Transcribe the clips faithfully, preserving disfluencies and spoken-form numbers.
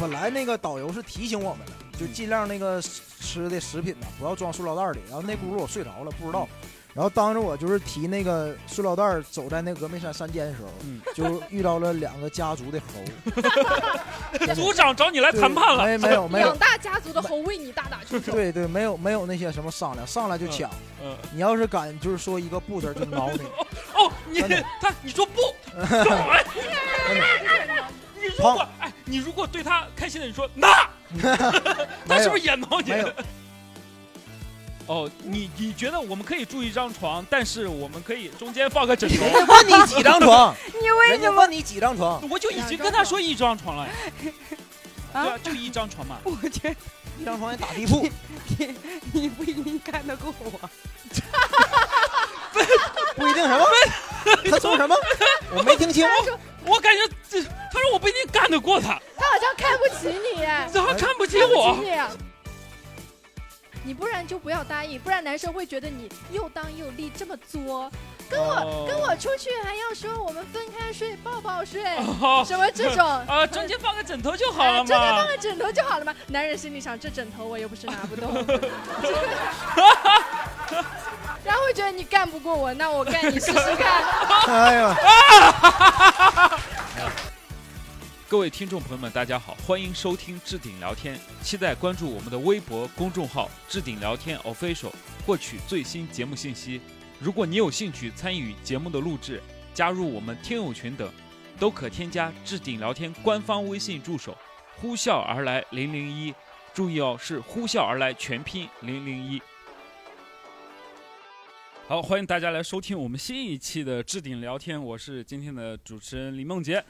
本来那个导游是提醒我们的，就尽量那个吃的食品呢不要装塑料袋里。然后那轱辘我睡着了，不知道。然后当着我就是提那个塑料袋走在那峨眉山山间的时候，嗯、就遇到了两个家族的猴。 族长找你来谈判了？ 没没有没有， 两大家族的猴为你大打出手。 对对，没有没有那些什么商量，上来就抢。嗯，嗯你要是敢就是说一个不字就挠你。 哦，你他你说不，你如果哎，你如果对他开心的，你说那，他是不是也挠你？ 没有。 哦，你你觉得我们可以住一张床，但是我们可以中间放个枕头。 人家问你几张床？ 你为什么问你几张床？ 我就已经跟他说一张床了。啊，对啊，就一张床嘛。 我觉得一张床也打地铺。 你你不一定干得过我。 不一定什么？他说什么？我没听清。 我感觉这，他说我不一定干得过他。 他好像看不起你。 他看不起我。 你不然就不要答应，不然男生会觉得你又当又立这么作，跟我、哦、跟我出去还要说我们分开睡，抱抱睡，哦、什么这种啊、呃，中间放个枕头就好了嘛， 中间放个枕头就好了嘛。男人心里想，这枕头我又不是拿不动，然后会觉得你干不过我，那我干你试试看。哎呦！ 各位听众朋友们，大家好，欢迎收听置顶聊天，期待关注我们的微博公众号置顶聊天 official， 获取最新节目信息。如果你有兴趣参与节目的录制，加入我们听友群等，都可添加置顶聊天官方微信助手呼啸而来零零一，注意哦，是呼啸而来全拼零零一。好，欢迎大家来收听我们新一期的置顶聊天，我是今天的主持人李梦洁。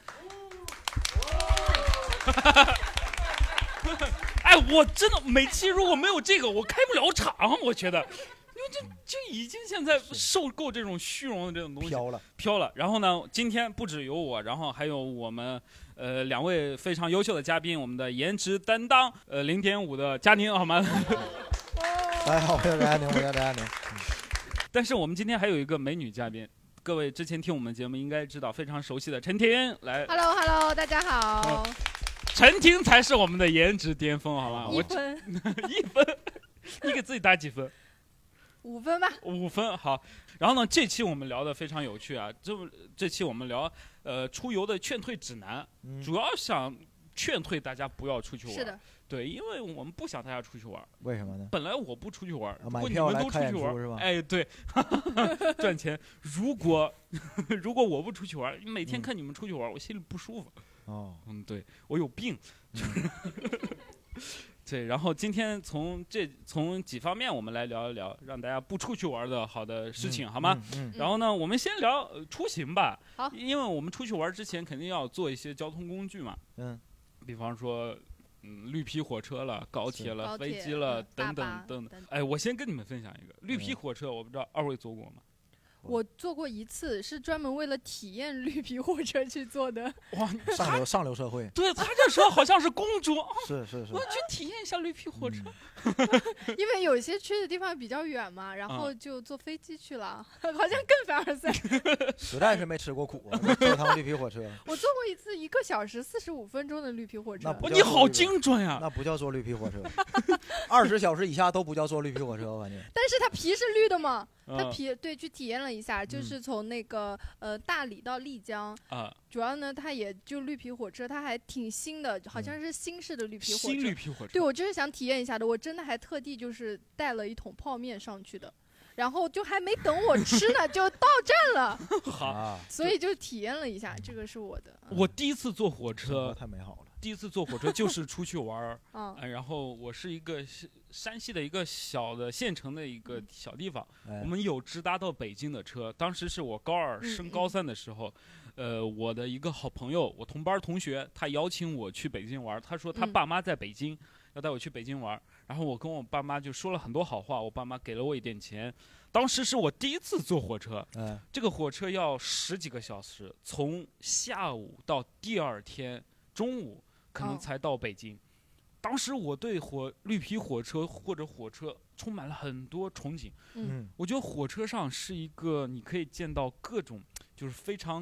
哎，我真的每期如果没有这个，我开不了场，我觉得，因为这就已经现在受够这种虚荣的这种东西， 飘了， 飘了。然后呢，今天不只有我，然后还有我们呃两位非常优秀的嘉宾，我们的颜值担当呃零点五的佳宁，好吗？ 大家好，我叫佳宁，我叫佳宁。 但是我们今天还有一个美女嘉宾。各位之前听我们节目应该知道，非常熟悉的陈婷来。 Hello Hello， 大家好。嗯、 陈婷才是我们的颜值巅峰，好吧？ 一分， 一分，你给自己打几分？ 五分吧。 五分好。然后呢，这期我们聊的非常有趣啊，这这期我们聊呃出游的劝退指南，嗯、主要想劝退大家不要出去玩。 是的。 对，因为我们不想大家出去玩。 为什么呢？ 本来我不出去玩， 买票来看演出是吧？ 哎，对，赚钱。如果如果我不出去玩，每天看你们出去玩，嗯、我心里不舒服。 哦， 嗯，对我有病。嗯、对，然后今天从这从几方面我们来聊一聊，让大家不出去玩的好的事情， 嗯、 好吗？ 嗯。嗯然后呢，我们先聊出行吧。 好。 因为我们出去玩之前肯定要做一些交通工具嘛。 嗯。 比方说。嗯，绿皮火车了，高铁了，飞机了， 嗯、 等等等等。哎，我先跟你们分享一个绿皮火车，我不知道二位坐过吗？ 我坐过一次，是专门为了体验绿皮火车去做的。 哇， 上流上流社会。 对，他这车好像是公主。 是是是。 我去体验一下绿皮火车。 嗯、因为有些去的地方比较远嘛，然后就坐飞机去了，嗯、好像更凡尔赛。 实在是没吃过苦啊，坐趟绿皮火车。 我坐过一次一个小时四十五分钟的绿皮火车。 你好精准呀！ 那不叫坐绿皮火车，二十小时以下都不叫坐绿皮火车，我感觉。 但是它皮是绿的嘛。它皮对去体验了一下，就是从那个、嗯、呃大理到丽江啊，主要呢它也就绿皮火车，它还挺新的，好像是新式的绿皮火车。 新绿皮火车。 对，我就是想体验一下的，我真的还特地就是带了一桶泡面上去的，然后就还没等我吃呢，就到站了。 好， 所以就体验了一下，这个是我的。 我第一次坐火车， 太美好了。 第一次坐火车就是出去玩嗯、 呃，然后我是一个山西的一个小的县城的一个小地方， 嗯、 我们有直达到北京的车。当时是我高二升高三的时候，嗯、呃，我的一个好朋友，我同班同学，他邀请我去北京玩，他说他爸妈在北京，嗯、要带我去北京玩。然后我跟我爸妈就说了很多好话，我爸妈给了我一点钱。当时是我第一次坐火车， 嗯、 这个火车要十几个小时，从下午到第二天中午。可能才到北京，哦、当时我对火绿皮火车或者火车充满了很多憧憬。 嗯， 我觉得火车上是一个你可以见到各种就是非常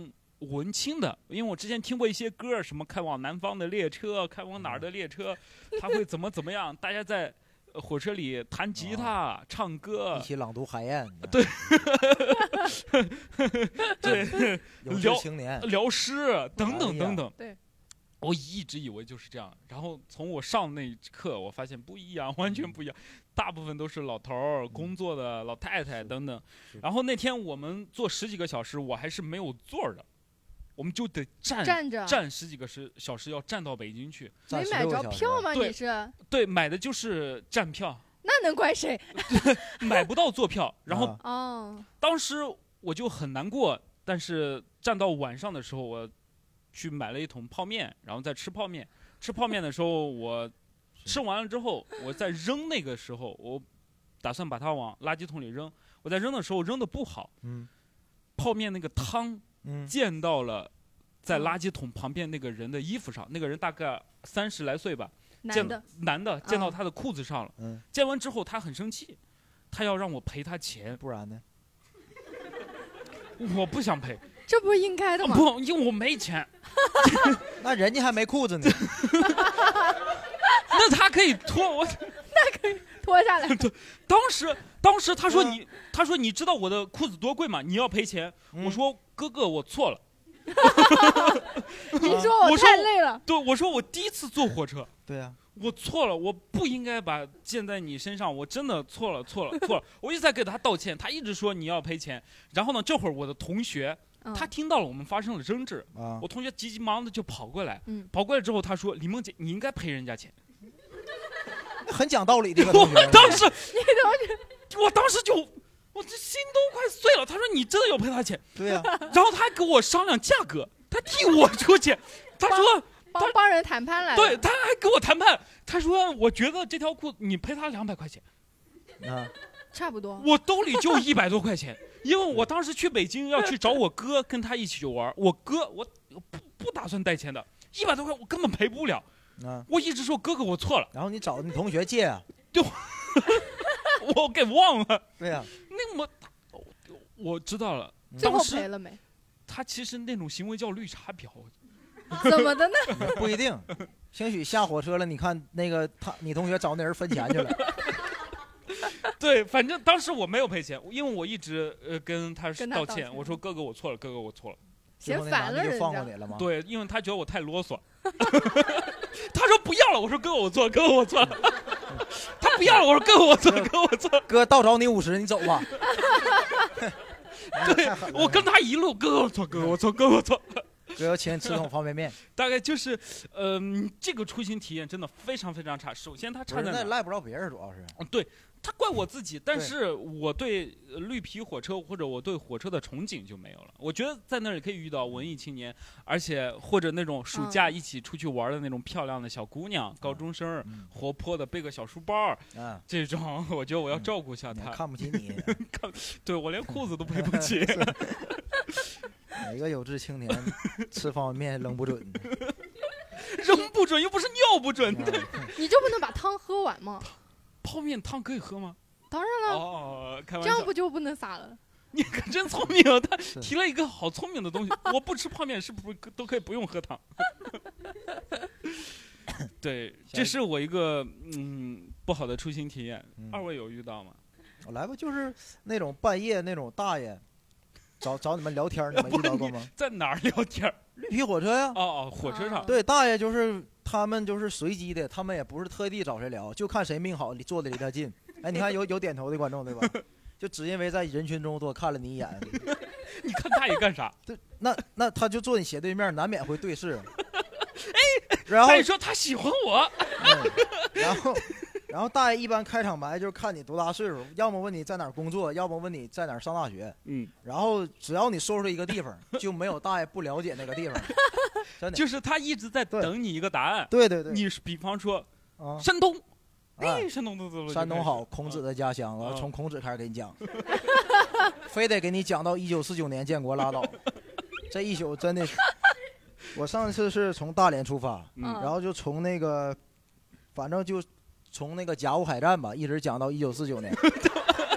文青的，因为我之前听过一些歌，什么开往南方的列车，开往哪儿的列车，他会怎么怎么样，大家在火车里弹吉他、哦、唱歌， 一起朗读海燕， 对，对， 聊青年聊诗等等等等， 对。 我一直以为就是这样，然后从我上那一刻，我发现不一样，完全不一样。大部分都是老头儿、工作的老太太等等。然后那天我们坐十几个小时，我还是没有座的，我们就得站站着站十几个时小时，要站到北京去。 没买着票吗？你是？ 对，买的就是站票。 那能怪谁？ 买不到坐票，然后哦， 当时我就很难过，但是站到晚上的时候，我去买了一桶泡面，然后再吃泡面。吃泡面的时候，我吃完了之后，我在扔那个时候，我打算把它往垃圾桶里扔。我在扔的时候扔的不好， 嗯， 泡面那个汤溅到了在垃圾桶旁边那个人的衣服上，那个人大概三十来岁吧， 男的男的溅到他的裤子上了。 嗯， 溅完之后他很生气，他要让我赔他钱， 不然呢？ 我不想赔。 这不是应该的吗？ 不，因为我没钱。 那人家还没裤子呢。 那他可以脱我， 那可以脱下来。 对，当时当时他说你，他说你知道我的裤子多贵吗？你要赔钱。 嗯、 我说哥哥，我错了。 你说我太累了。 对，我说我第一次坐火车。 对呀、啊。 我错了，我不应该把溅在你身上，我真的错了，错了，错了。我一直在给他道歉，他一直说你要赔钱。然后呢，这会儿我的同学。他听到了我们发生了争执， 啊、 我同学急急忙忙的就跑过来， 嗯、 跑过来之后他说：“李梦洁，你应该赔人家钱。” 很讲道理的一个同学。 我当时，我当时就，我这心都快碎了。他说：“你真的要赔他钱？” 对呀、啊。 然后他还跟我商量价格，他替我出钱。他说：“ 帮帮人谈判来了。” 对，他还跟我谈判。他说：“我觉得这条裤你赔他两百块钱。” 啊， 差不多。 我兜里就一百多块钱。因为我当时去北京要去找我哥，跟他一起去玩。我哥我不不打算带钱的，一百多块我根本赔不了。 啊， 我一直说哥哥我错了。 然后你找你同学借啊？ 对，我给忘了。 对呀、啊， 那我我知道了。 最后赔了没？ 他其实那种行为叫绿茶婊。 怎么的呢？ 不一定，兴许下火车了，你看那个他你同学找那人分钱去了。 对，反正当时我没有赔钱，因为我一直呃跟他道歉，我说哥哥我错了，哥哥我错了。 嫌烦了人家。 就放过你了吗？ 对，因为他觉得我太啰嗦。他说不要了，我说哥哥我错了，哥哥我错了。他不要了，我说哥哥我错了，哥哥我错了。 哥倒找你五十，你走吧。 对，我跟他一路，哥哥我错，哥哥我错，哥哥我错。 哥要请吃桶方便面。 大概就是，嗯、呃，这个出行体验真的非常非常差。首先他差在哪？ 那赖不着别人，主要是。 嗯，对。他怪我自己，但是我对绿皮火车或者我对火车的憧憬就没有了。我觉得在那里可以遇到文艺青年，而且或者那种暑假一起出去玩的那种漂亮的小姑娘、嗯、高中生、嗯、活泼的背个小书包，嗯、这种我觉得我要照顾一下他。 看不起你， 看，对我连裤子都赔不起。 哪个有志青年吃方便面扔不准？ 扔不准又不是尿不准的。 你就不能把汤喝完吗？ 泡面汤可以喝吗？ 当然了。 哦，开玩笑。这样不就不能撒了？ 你可真聪明啊！他提了一个好聪明的东西。我不吃泡面，是不是都可以不用喝汤？对，这是我一个嗯不好的出行体验。嗯、二位有遇到吗？ 我来吧，就是那种半夜那种大爷找找你们聊天，你们遇到过吗？ 在哪儿聊天？ 绿皮火车呀。 哦哦，火车上。 对，大爷就是他们就是随机的，他们也不是特地找谁聊，就看谁命好，你坐的离他近。哎，你看有有点头的观众对吧？就只因为在人群中多看了你一眼。 你看他也干啥？ 对，那那他就坐你斜对面，难免会对视。 哎， 然后他说他喜欢我。 嗯、然后。然后大爷一般开场白就是看你多大岁数，要么问你在哪儿工作，要么问你在哪儿上大学。 嗯， 然后只要你说出一个地方，就没有大爷不了解那个地方。真的， 就是他一直在等你一个答案。 对对对， 你比方说， 啊， 山东， 哎， 山东都山东好，孔子的家乡，我要从孔子开始给你讲，非得给你讲到一九四九年建国拉倒。这一宿真的是，我上次是从大连出发， 嗯、 然后就从那个，反正就。从那个甲午海战吧，一直讲到一九四九年， 就是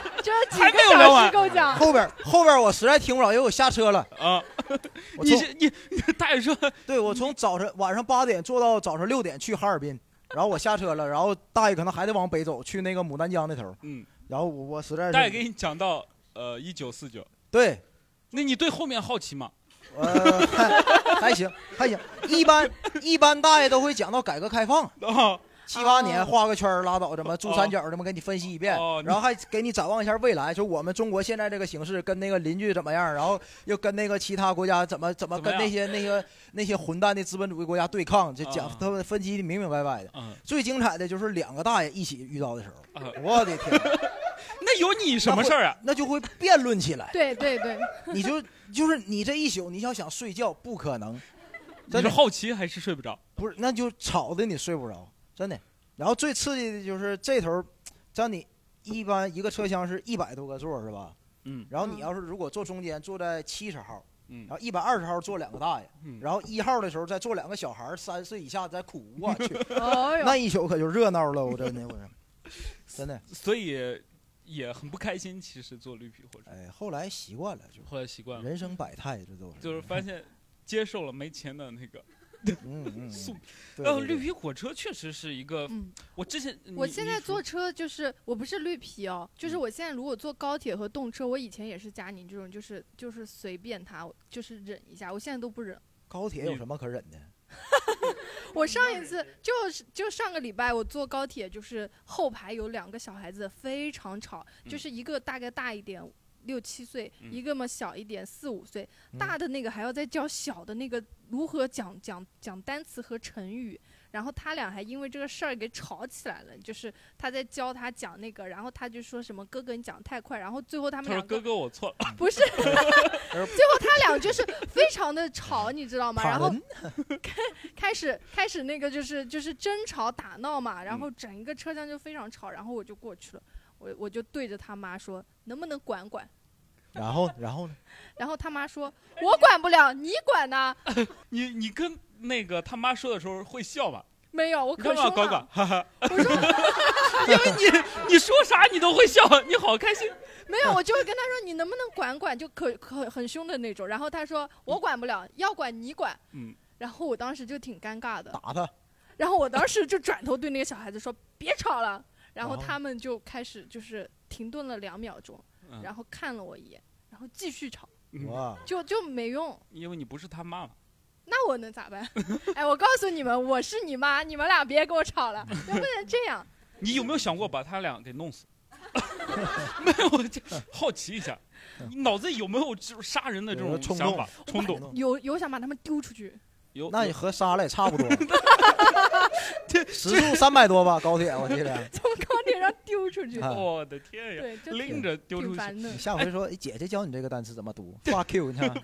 几个小时够讲。 后边后边我实在听不了，因为我下车了啊。你你你大爷说， 对我从早晨晚上八点坐到早上六点去哈尔滨，然后我下车了，然后大爷可能还得往北走，去那个牡丹江那头。嗯。然后我我实在是。 大爷给你讲到呃一九四九。 对。 那你对后面好奇吗？ 呃，还, 还行还行，一般一般大爷都会讲到改革开放， 啊、 七八年画个圈拉倒，怎么珠三角怎么给你分析一遍，哦、然后还给你展望一下未来，就我们中国现在这个形势跟那个邻居怎么样，然后又跟那个其他国家怎么怎么跟那些那个那些混蛋的资本主义国家对抗，就讲他们分析的明明白白的。嗯、最精彩的就是两个大爷一起遇到的时候，嗯、我的天！ 那有你什么事儿啊？ 那就会辩论起来。 对对对， 你就就是你这一宿，你要想睡觉不可能。 你是好奇还是睡不着？ 不是，那就吵的你睡不着，真的。然后最刺激的就是这头，像你一般一个车厢是一百多个座是吧？嗯。然后你要是如果坐中间，坐在七十号，嗯，然后一百二十号坐两个大爷，嗯，然后一号的时候再坐两个小孩，三岁以下再哭，我去，那一宿可就热闹了，我真的，我真的。 所以。也很不开心，其实坐绿皮火车。 哎，后来习惯了，就后来习惯了。 人生百态，这都是。 就是发现接受了没钱的那个， 嗯嗯。 素，呃，绿皮火车确实是一个， 嗯， 我之前我现在坐车就是我不是绿皮哦，就是我现在如果坐高铁和动车，我以前也是佳宁这种，就是就是随便它，就是忍一下，我现在都不忍。 高铁有什么可忍的？ 我上一次就是就上个礼拜，我坐高铁，就是后排有两个小孩子非常吵，嗯、就是一个大概大一点六七岁，嗯、一个嘛小一点四五岁，嗯、大的那个还要再教小的那个如何讲讲讲单词和成语。然后他俩还因为这个事儿给吵起来了，就是他在教他讲那个，然后他就说什么哥哥你讲太快，然后最后他们两个他说哥哥我错了， 不是，最后他俩就是非常的吵，你知道吗？然后开开始开始那个就是就是争吵打闹嘛，然后整一个车厢就非常吵，然后我就过去了，我我就对着他妈说能不能管管。 然后然后呢？ 然后他妈说：“我管不了，你管呢。” 你你跟那个他妈说的时候会笑吗？ 没有，我可凶了。 管管，哈哈。 我说， 因为你你说啥你都会笑，你好开心。 没有，我就会跟他说：“你能不能管管？”就可可很凶的那种。然后他说：“我管不了，要管你管。”嗯。然后我当时就挺尴尬的。 打他。 然后我当时就转头对那个小孩子说：“别吵了。”然后他们就开始就是停顿了两秒钟。然后看了我一眼，然后继续吵， 哇， 就就没用， 因为你不是他妈妈。 那我能咋办？哎，我告诉你们，我是你妈，你们俩别跟我吵了，能不能这样？ 你有没有想过把他俩给弄死？没有，我就好奇一下，你脑子有没有就是杀人的这种想法冲动？ 有有想把他们丢出去。 有， 那你和杀了也差不多。时速三百多吧，高铁我记得。 从高铁上丢出去， 我的天呀！ 对， 拎着丢出去。 你下回说，姐姐教你这个单词怎么读 ？fuck you， 你看。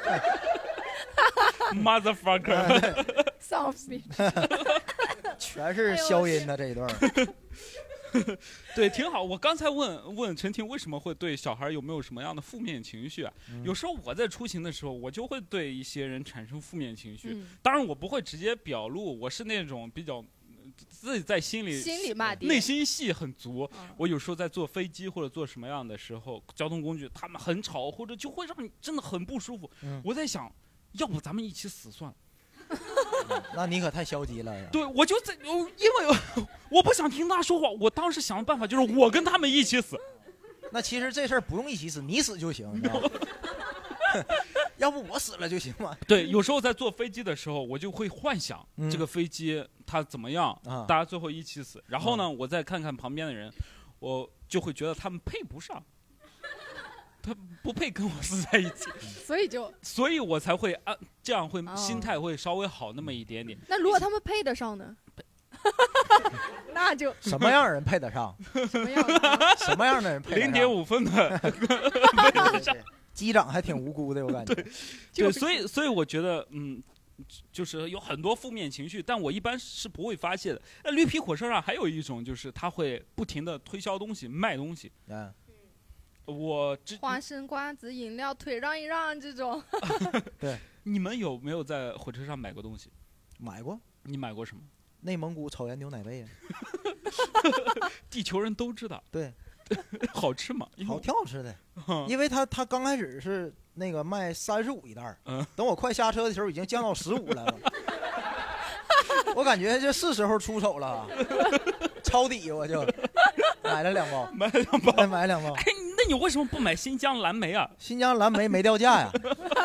motherfucker，soft speech， 全是消音的这一段。 对，挺好。我刚才问问陈婷为什么会对小孩有没有什么样的负面情绪啊？嗯、有时候我在出行的时候，我就会对一些人产生负面情绪。嗯、当然，我不会直接表露，我是那种比较自己在心里心里骂爹， 内心戏很足。嗯、我有时候在坐飞机或者坐什么样的时候，交通工具他们很吵，或者就会让你真的很不舒服。嗯、我在想，要不咱们一起死算了。 那你可太消极了呀！ 对，我就在，因为我不想听他说话，我当时想的办法就是我跟他们一起死。 那其实这事儿不用一起死，你死就行，要不我死了就行嘛。 对，有时候在坐飞机的时候，我就会幻想这个飞机它怎么样，嗯、大家最后一起死。然后呢，我再看看旁边的人，我就会觉得他们配不上。他不配跟我死在一起， 所以就， 所以我才会啊，这样会、哦、心态会稍微好那么一点点。 那如果他们配得上呢？那就什么样人配得上？ 什么样什么样的人配得上？ 零点五分的配得上。 机长还挺无辜的，我感觉。 对，对，所以所以我觉得，嗯，就是有很多负面情绪，但我一般是不会发泄的。那绿皮火车上还有一种，就是他会不停的推销东西、卖东西。嗯。我花生、瓜子、饮料，腿让一让这种。 对， 你们有没有在火车上买过东西？ 买过。 你买过什么？ 内蒙古草原牛奶杯。 地球人都知道。 对， 好吃吗？ 好挺好吃的，因为他他刚开始是那个卖三十五一袋，嗯，等我快下车的时候已经降到十五了，我感觉这是时候出手了，抄底我就买了两包， 买了两包， 买了两包。 哎，那你为什么不买新疆蓝莓啊？ 新疆蓝莓没掉价呀，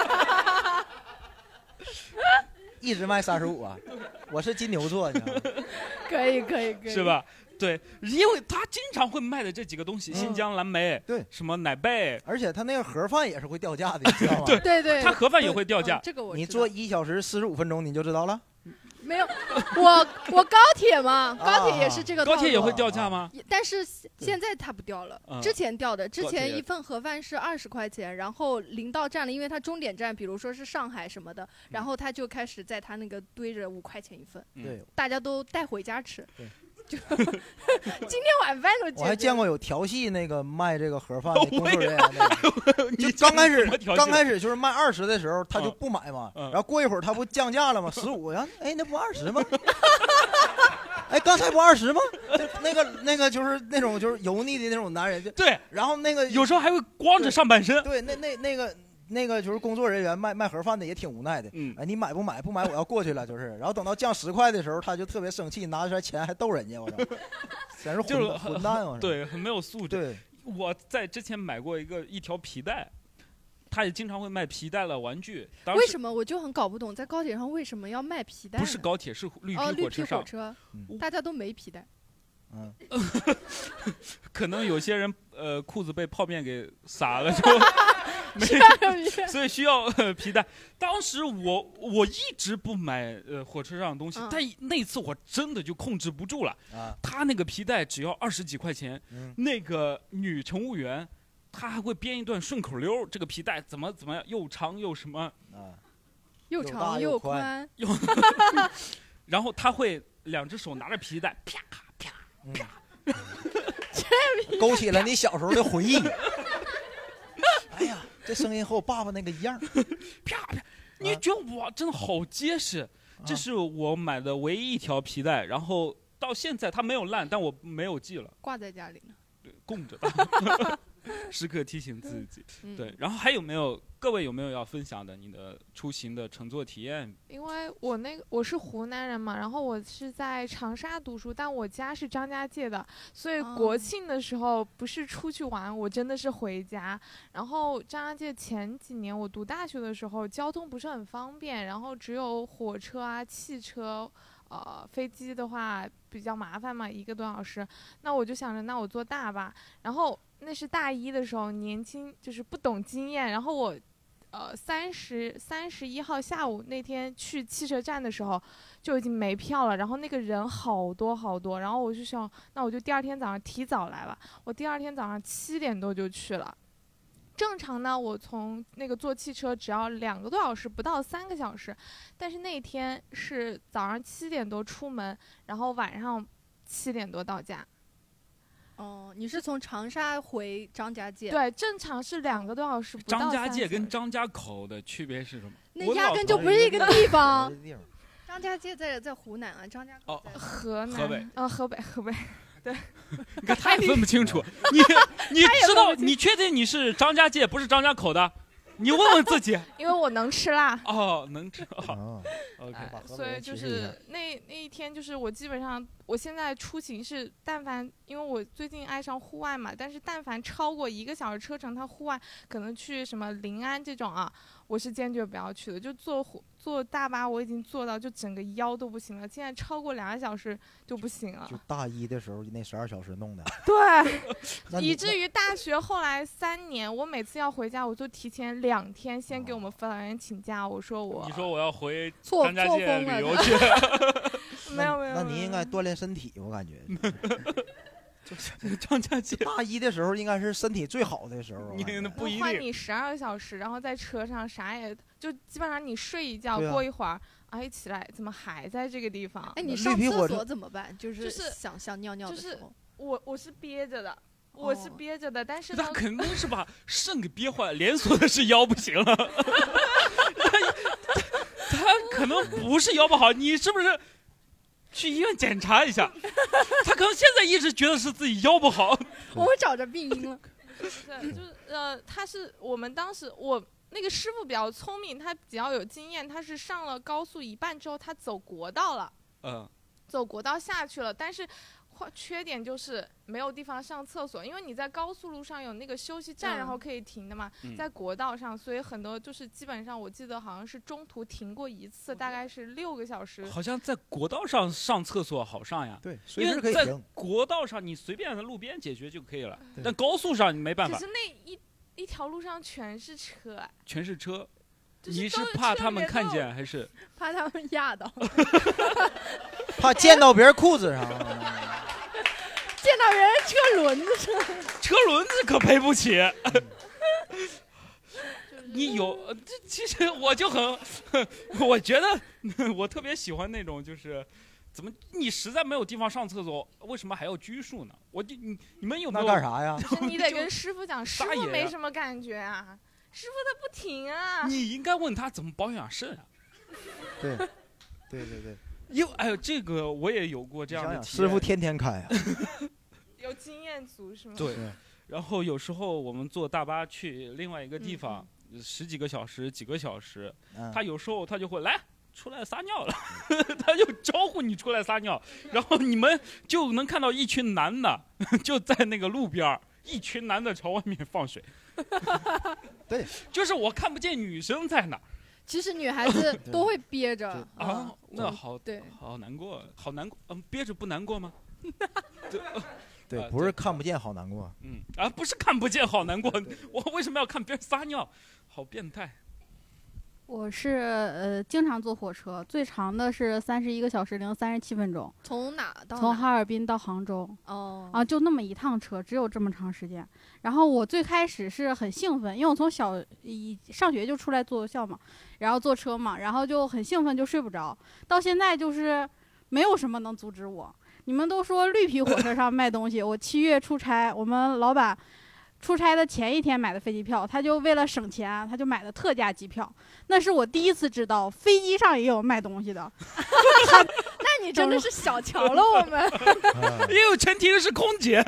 一直卖三十五啊，我是金牛座，你知道吗？ 可以可以可以， 是吧？对，因为他经常会卖的这几个东西，嗯、新疆蓝莓， 对， 什么奶贝， 而且他那个盒饭也是会掉价的，你知道吗？ 对对对， 他盒饭也会掉价。 嗯、这个我你做一小时四十五分钟你就知道了。 没有，我我高铁嘛，高铁也是这个套路。 高铁也会掉价吗？ 但是现在它不掉了， 嗯、 之前掉的。之前一份盒饭是二十块钱，然后临到站了，因为它终点站，比如说是上海什么的，然后他就开始在他那个堆着五块钱一份， 对， 大家都带回家吃。 对。 就今天晚饭都我还见过有调戏那个卖这个盒饭的工作人员的，就刚开始刚开始就是卖二十的时候他就不买嘛， 嗯、 然后过一会儿他不降价了吗？十五呀，哎那不二十吗？哎刚才不二十吗？那个那个就是那种就是油腻的那种男人，就对， 然后那个有时候还会光着上半身， 对，那那那个。那个就是工作人员卖卖盒饭的也挺无奈的， 嗯， 哎，你买不买？不买我要过去了，就是。然后等到降十块的时候，他就特别生气，拿出来钱还逗人家，我操，简直混混蛋啊！ 对，很没有素质。 对， 我在之前买过一个一条皮带，他也经常会卖皮带的玩具。 为什么我就很搞不懂，在高铁上为什么要卖皮带？ 不是高铁，是绿皮火车上， 哦、绿皮火车、嗯，大家都没皮带。 嗯， 可能有些人呃裤子被泡面给洒了就没，所以需要、呃、皮带。当时我我一直不买呃火车上的东西，嗯、但那次我真的就控制不住了。啊、他那个皮带只要二十几块钱，嗯、那个女乘务员她还会编一段顺口溜，这个皮带怎么怎么样，又长又什么啊， 又长又宽， 又然后她会两只手拿着皮带啪。 嗯、勾起了你小时候的回忆。哎呀，这声音和我爸爸那个一样。 啪啪，你觉得哇，真的好结实。啊、这是我买的唯一一条皮带，然后到现在它没有烂，但我没有系了， 挂在家里呢。 对，供着，时刻提醒自己。嗯、对，然后还有没有？各位有没有要分享的你的出行的乘坐体验？ 因为我那个我是湖南人嘛，然后我是在长沙读书，但我家是张家界的，所以国庆的时候不是出去玩，我真的是回家。然后张家界前几年我读大学的时候，交通不是很方便，然后只有火车啊、汽车。呃，飞机的话比较麻烦嘛，一个多小时。那我就想着，那我坐大巴。然后那是大一的时候，年轻就是不懂经验。然后我，呃，三十三十一号下午那天去汽车站的时候，就已经没票了。然后那个人好多好多。然后我就想，那我就第二天早上提早来吧。我第二天早上七点多就去了。正常呢，我从那个坐汽车只要两个多小时，不到三个小时。但是那天是早上七点多出门，然后晚上七点多到家。 哦，你是从长沙回张家界？ 对，正常是两个多小时，不到张家界跟张家口的区别是什么？ 那压根就不是一个地方。张家界在在湖南啊，张家口在、 哦、河南。 河北。 啊、呃，河北，河北。对， 你看他也分不清楚，你你知道你确定你是张家界不是张家口的？你问问自己。 因为我能吃辣。 哦，能吃。 哦 OK，、 哎、所以就是那那一天，就是我基本上，我现在出行是，但凡因为我最近爱上户外嘛，但是但凡超过一个小时车程，它户外可能去什么临安这种啊，我是坚决不要去的。就坐坐大巴，我已经坐到就整个腰都不行了，现在超过两个小时就不行了。 就大一的时候那十二小时弄的。 对，以至于大学后来三年，我每次要回家，我就提前两天先给我们辅导员请假，我说我你说我要回错。 张家界旅游去。 没有没有， 那你应该锻炼身体，我感觉。 就是张家界大一的时候应该是身体最好的时候。 你不一定。 换你十二个小时，然后在车上啥也就基本上你睡一觉， 啊、 过一会儿，哎起来怎么还在这个地方？ 哎，你上厕所怎么办？就是想想尿尿的时候。就是我我是憋着的。我是憋着的，但是他肯定是把肾给憋坏了，连锁的是腰不行了。他可能不是腰不好，你是不是去医院检查一下？他可能现在一直觉得是自己腰不好。 我们找着病因了。 对，就是呃，他是我们当时我那个师傅比较聪明，他比较有经验，他是上了高速一半之后，他走国道了， 嗯， 走国道下去了，但是缺点就是没有地方上厕所，因为你在高速路上有那个休息站， 嗯、 然后可以停的嘛， 嗯、 在国道上，所以很多就是基本上我记得好像是中途停过一次，大概是六个小时。 好像在国道上上厕所好上呀， 对，随时可以因为在停。 国道上你随便在路边解决就可以了，但高速上你没办法。 可是那一一条路上全是车， 全是车。 就是你是怕他们看见还是怕他们压到？ 怕溅到别人裤子上， 溅到人车轮子上， 车轮子可赔不起。你有这其实我就很，我觉得我特别喜欢那种就是，怎么你实在没有地方上厕所，为什么还要拘束呢？我就你你们有没有那干啥呀？ 你得跟师傅讲，师傅没什么感觉啊。师傅他不停啊！ 你应该问他怎么保养肾啊。 对，对对对。 有哎呦，这个我也有过这样的体验。 师傅天天开啊。 有经验足是吗？ 对。然后有时候我们坐大巴去另外一个地方，嗯、十几个小时、几个小时，嗯、他有时候他就会来出来撒尿了，他就招呼你出来撒尿，然后你们就能看到一群男的就在那个路边，一群男的朝外面放水。 对， 就是我看不见女生在哪。 其实女孩子都会憋着啊，那好， 对， 好难过，好难过，嗯，憋着不难过吗？ 对，对，不是看不见好难过， 嗯啊，不是看不见好难过，我为什么要看别人撒尿？好变态。 我是呃经常坐火车，最长的是三十一个小时零三十七分钟。 从哪到哪？ 从哈尔滨到杭州。 哦。 啊，就那么一趟车，只有这么长时间。然后我最开始是很兴奋，因为我从小一上学就出来坐校嘛，然后坐车嘛，然后就很兴奋，就睡不着。到现在就是没有什么能阻止我。你们都说绿皮火车上卖东西，我七月出差，我们老板出差的前一天买的飞机票，他就为了省钱，他就买的特价机票。那是我第一次知道飞机上也有卖东西的。 那你真的是小瞧了我们。 也有前提是空姐，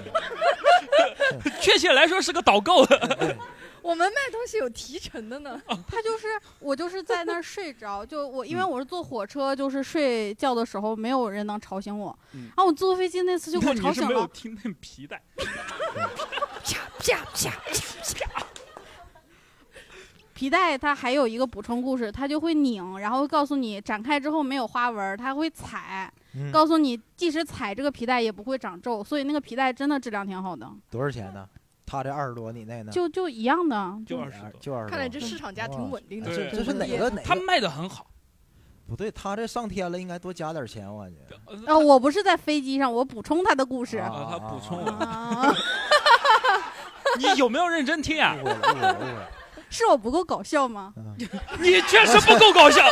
确切来说是个导购。 我们卖东西有提成的呢。 他就是我就是在那儿睡着，就我因为我是坐火车，就是睡觉的时候没有人能吵醒我。嗯、然后我坐飞机那次就给我吵醒了。 你是没有听那皮带。 啪啪啪啪！ 皮带它还有一个补充故事，它就会拧，然后告诉你展开之后没有花纹，它会踩，嗯、告诉你即使踩这个皮带也不会长皱，所以那个皮带真的质量挺好的。 多少钱呢？他这二十多，你那呢？ 就就一样的， 就二十多， 就二十多。 看来这市场价挺稳定的。 这这是哪个哪个？ 他卖的很好。 不对，他这上天了，应该多加点钱，我感觉。 呃，我不是在飞机上，我补充他的故事。 啊，他补充了。你有没有认真听啊？ 是我不够搞笑吗？ 你确实不够搞笑。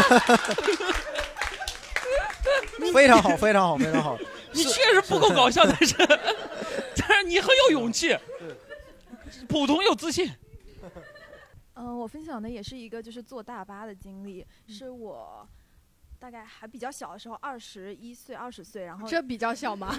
非常好，非常好，非常好。 你确实不够搞笑，但是但是你很有勇气，普通又自信。 嗯、呃，我分享的也是一个就是坐大巴的经历，嗯、是我大概还比较小的时候，二十一岁、二十岁，然后这比较小吗？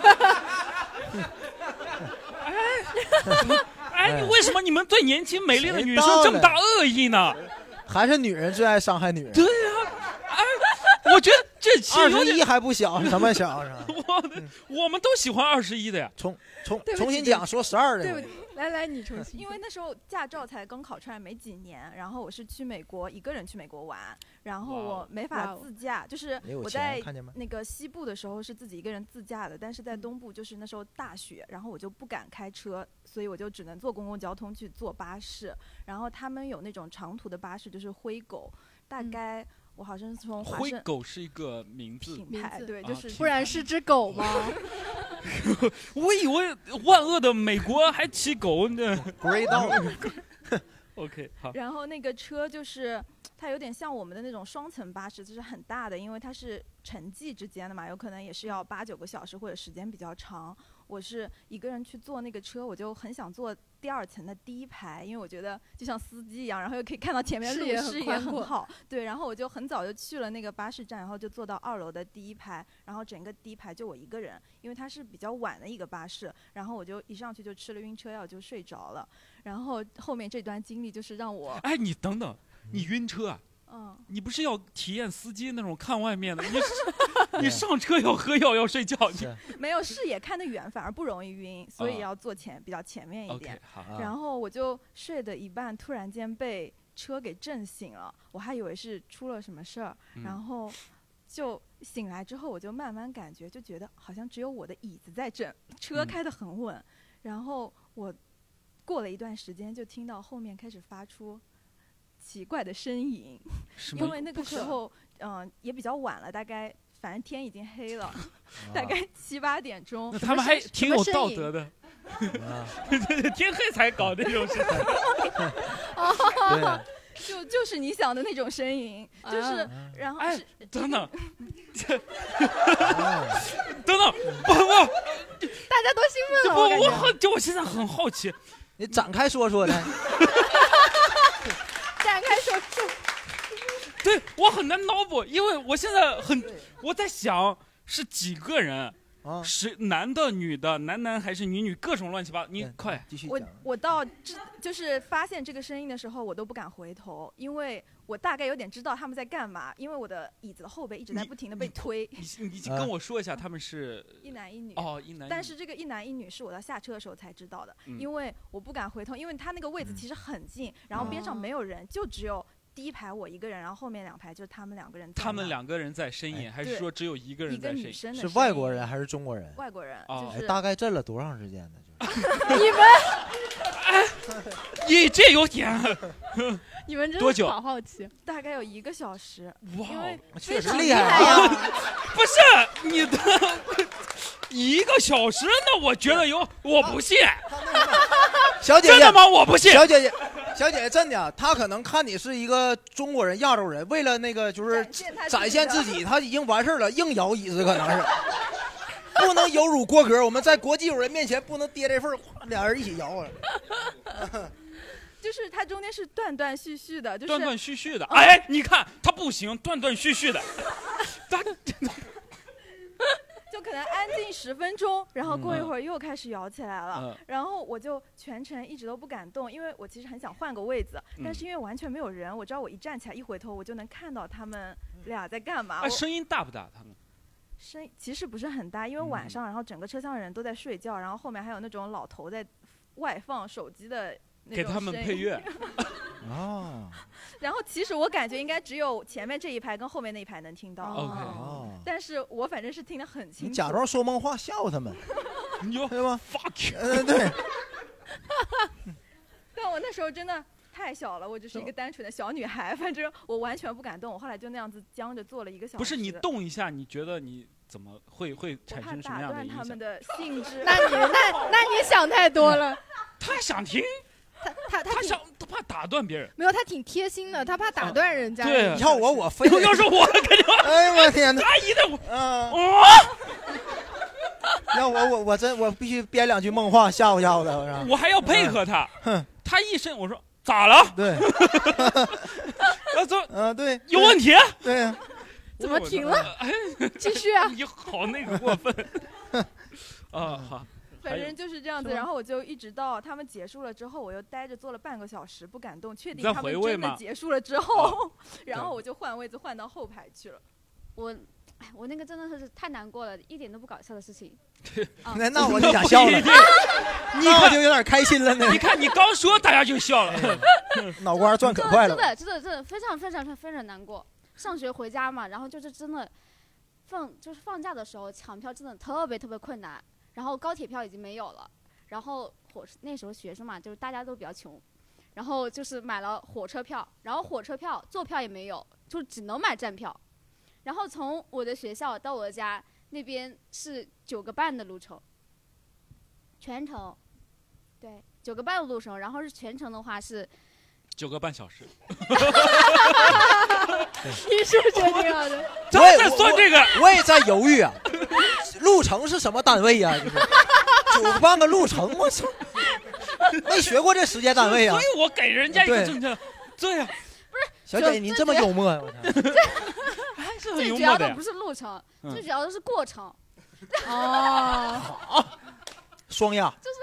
哎，哎，你为什么你们对年轻美丽的女生这么大恶意呢？ 还是女人最爱伤害女人。 对呀、啊，哎，我觉得这期二十一还不小，什么小啊？ 我我们都喜欢二十一的呀。 重重重新讲，说十二的。 对不起，来来，你重新。 因为那时候驾照才刚考出来没几年，然后我是去美国一个人去美国玩，然后我没法自驾，就是我在那个西部的时候是自己一个人自驾的，但是在东部就是那时候大雪，然后我就不敢开车，所以我就只能坐公共交通去坐巴士，然后他们有那种长途的巴士，就是灰狗，大概。嗯我好像是从灰狗是一个名字品牌，对，就是不然是只狗吗？ 我以为万恶的美国还骑狗呢。 Great dog。 OK， 好。 然后那个车就是它有点像我们的那种双层巴士，就是很大的，因为它是城际之间的嘛，有可能也是要八九个小时或者时间比较长。 我是一个人去坐那个车，我就很想坐第二层的第一排，因为我觉得就像司机一样，然后又可以看到前面的路，视野很好。对，然后我就很早就去了那个巴士站，然后就坐到二楼的第一排，然后整个第一排就我一个人，因为它是比较晚的一个巴士，然后我就一上去就吃了晕车药就睡着了。然后后面这段经历就是让我， 哎，你等等，你晕车啊？ 嗯， 你不是要体验司机那种看外面的？你你上车要喝药要睡觉，你没有视野看得远，反而不容易晕，所以要坐前、uh, 比较前面一点。 Okay, 好然后我就睡的一半，突然间被车给震醒了，我还以为是出了什么事儿， 嗯、 然后就醒来之后，我就慢慢感觉，就觉得好像只有我的椅子在震，车开得很稳。嗯、然后我过了一段时间，就听到后面开始发出奇怪的呻吟，因为那个时候，嗯、呃，也比较晚了，大概反正天已经黑了，大概七八点钟。 那他们还挺有道德的，天黑才搞这种事情。 对，就就是你想的那种呻吟，就是、啊、然后哎，等等，等等，不不， 大家都兴奋了。 我我很，就我现在很好奇， 你展开说说来。 展开说说， 对我很难脑补，因为我现在很我在想是几个人，啊、是男的、女的，男男还是女女，各种乱七八糟。你快继续讲。我我到就是发现这个声音的时候，我都不敢回头，因为我大概有点知道他们在干嘛，因为我的椅子的后背一直在不停的被推。 你你, 你跟我说一下，他们是一男一女。 哦，一男一女。 但是这个一男一女是我到下车的时候才知道的， 嗯、 因为我不敢回头，因为他那个位置其实很近，嗯、然后边上没有人，就只有第一排我一个人，然后后面两排就是他们两个人在。 他们两个人在呻吟，还是说只有一个人在呻吟？ 一个女生的是外国人还是中国人？ 外国人。 哦就是、 大概震了多长时间呢？ 你们， 哎，你这有点。 你们真的好好奇， 大概有一个小时。 哇， 因为确实厉害啊！ 不是你的一个小时，那我觉得有，我不信。 小姐姐， 真的吗？我不信。 小姐姐，小姐姐，真的，他可能看你是一个中国人、亚洲人，为了那个就是展现自己，他已经完事儿了，硬摇椅子可能是。不能有辱国格，我们在国际友人面前不能跌这份儿，俩人一起摇啊。 就是它中间是断断续续的，就是断断续续的。哎，你看它不行，断断续续的。它就可能安静十分钟，然后过一会儿又开始摇起来了，嗯、然后我就全程一直都不敢动，因为我其实很想换个位子，嗯、但是因为完全没有人，我知道我一站起来一回头，我就能看到他们俩在干嘛。 哎，声音大不大？他们？ 声其实不是很大，因为晚上，然后整个车厢的人都在睡觉，然后后面还有那种老头在外放手机的那种声音， 给他们配乐。 哦。 然后其实我感觉应该只有前面这一排跟后面那一排能听到。 OK。 哦。 但是我反正是听得很清楚。 你假装说梦话吓唬他们， 对吗 ？Fuck you。 嗯，对。 但我那时候真的太小了，我只是一个单纯的小女孩，反正我完全不敢动。我后来就那样子僵着坐了一个小时。 不是你动一下，你觉得你怎么会会产生什么样的影响？ 我怕打断他们的兴致。 那你那那你想太多了。 他想听， 他他他他想他怕打断别人。 没有，他挺贴心的，他怕打断人家。 对， 要我我非要是我肯定。 哎呦我天哪！ 他一定嗯。要我我我真我必须编两句梦话吓唬吓唬他，我我还要配合他。哼，他一伸，我说咋了？ 对。 啊走， 嗯对， 有问题。 对呀。 怎么停了？ 哎， 继续啊！ 你好那个过分。啊好。 反正就是这样子，然后我就一直到他们结束了之后，我又待着坐了半个小时，不敢动，确定他们真的结束了之后，然后我就换位子换到后排去了。 我，哎，我那个真的是太难过了，一点都不搞笑的事情。 那那我就想笑了，你可就有点开心了呢。 你看你刚说大家就笑了， 脑瓜转可快了。 真的真的真的非常非常非常难过。上学回家嘛，然后就是真的放就是放假的时候抢票真的特别特别困难。然后高铁票已经没有了，然后火那时候学生嘛，就是大家都比较穷，然后就是买了火车票，然后火车票坐票也没有，就只能买站票。然后从我的学校到我的家那边是九个半的路程，全程，对，九个半的路程，然后是全程的话是九个半小时。 你是不是这样的？ 我也在算这个， 我也在犹豫啊。路程是什么单位呀、啊？就是九个半个路程，我操，没学过这时间单位啊。 所以我给人家一个正确，对呀。 不是， 小姐你这么幽默，我操， 还是很最幽默的。 主要的不是路程，最主要的是过程。 哦， 好，双压。 就是，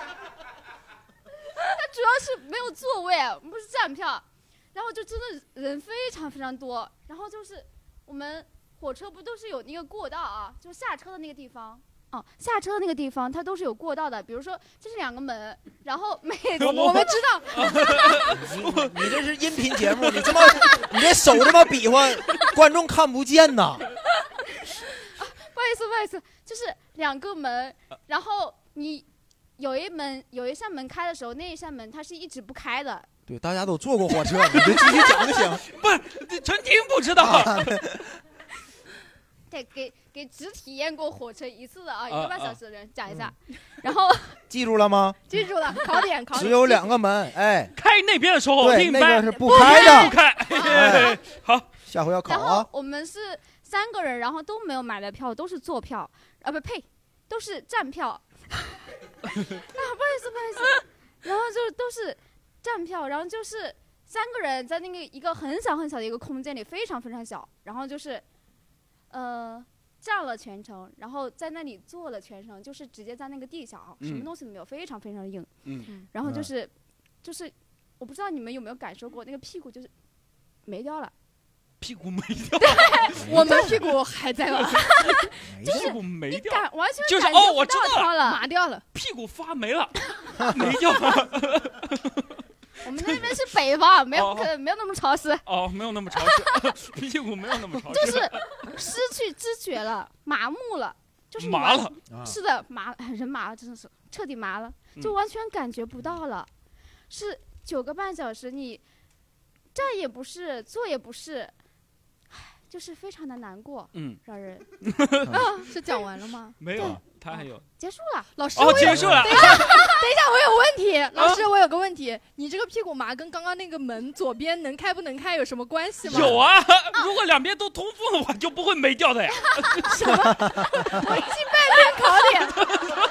它主要是没有座位，不是站票，然后就真的人非常非常多，然后就是我们火车不都是有那个过道啊，就下车的那个地方。哦，下车的那个地方它都是有过道的，比如说这是两个门，然后每我我们知道， 你你这是音频节目，你这么你这手这么比划，观众看不见呐。 啊，不好意思不好意思，就是两个门，然后你有一门有一扇门开的时候，那一扇门它是一直不开的。 对，大家都坐过火车，你就继续讲就行。 不是，陈婷不知道。啊对，给给只体验过火车一次的啊，一个半小时的人讲一下， 嗯、 然后记住了吗？ 记住了，考点考点。 只有两个门，哎， 开那边的时候对， 另那个是不开的， 不开。哎、好， 下回要考啊。 然后我们是三个人，然后都没有买的票，都是坐票，啊不呸，都是站票。啊，不好意思不好意思，然后就都是站票，然后就是三个人在那个一个很小很小的一个空间里，非常非常小，然后就是。呃，站了全程，然后在那里坐了全程，就是直接在那个地下啊，嗯、什么东西都没有，非常非常硬。嗯，然后就是，就是，我不知道你们有没有感受过，那个屁股就是没掉了。 屁股没掉， 我们屁股还在吗？ 屁股没掉， 感完全就是哦，我知道了， 麻掉了， 屁股发霉了，没掉。 我们那边是北方，没有可能没有那么潮湿。 哦，没有那么潮湿，屁股没有那么潮湿。就是失去知觉了，麻木了，就是麻了。 是的，麻人麻了，真的是彻底麻了，就完全感觉不到了。嗯、是九个半小时，你站也不是，坐也不是，就是非常的难过。嗯，让人啊，是讲完了吗？ 没有。他还有、哦、 结束了， 老师哦，结束了。 等一下，等一下，我有问题，老师，我有个问题，你这个屁股麻跟刚刚那个门左边能开不能开有什么关系吗？ 有啊，如果两边都通风的话，就不会没掉的呀。 什么？我记半天考点。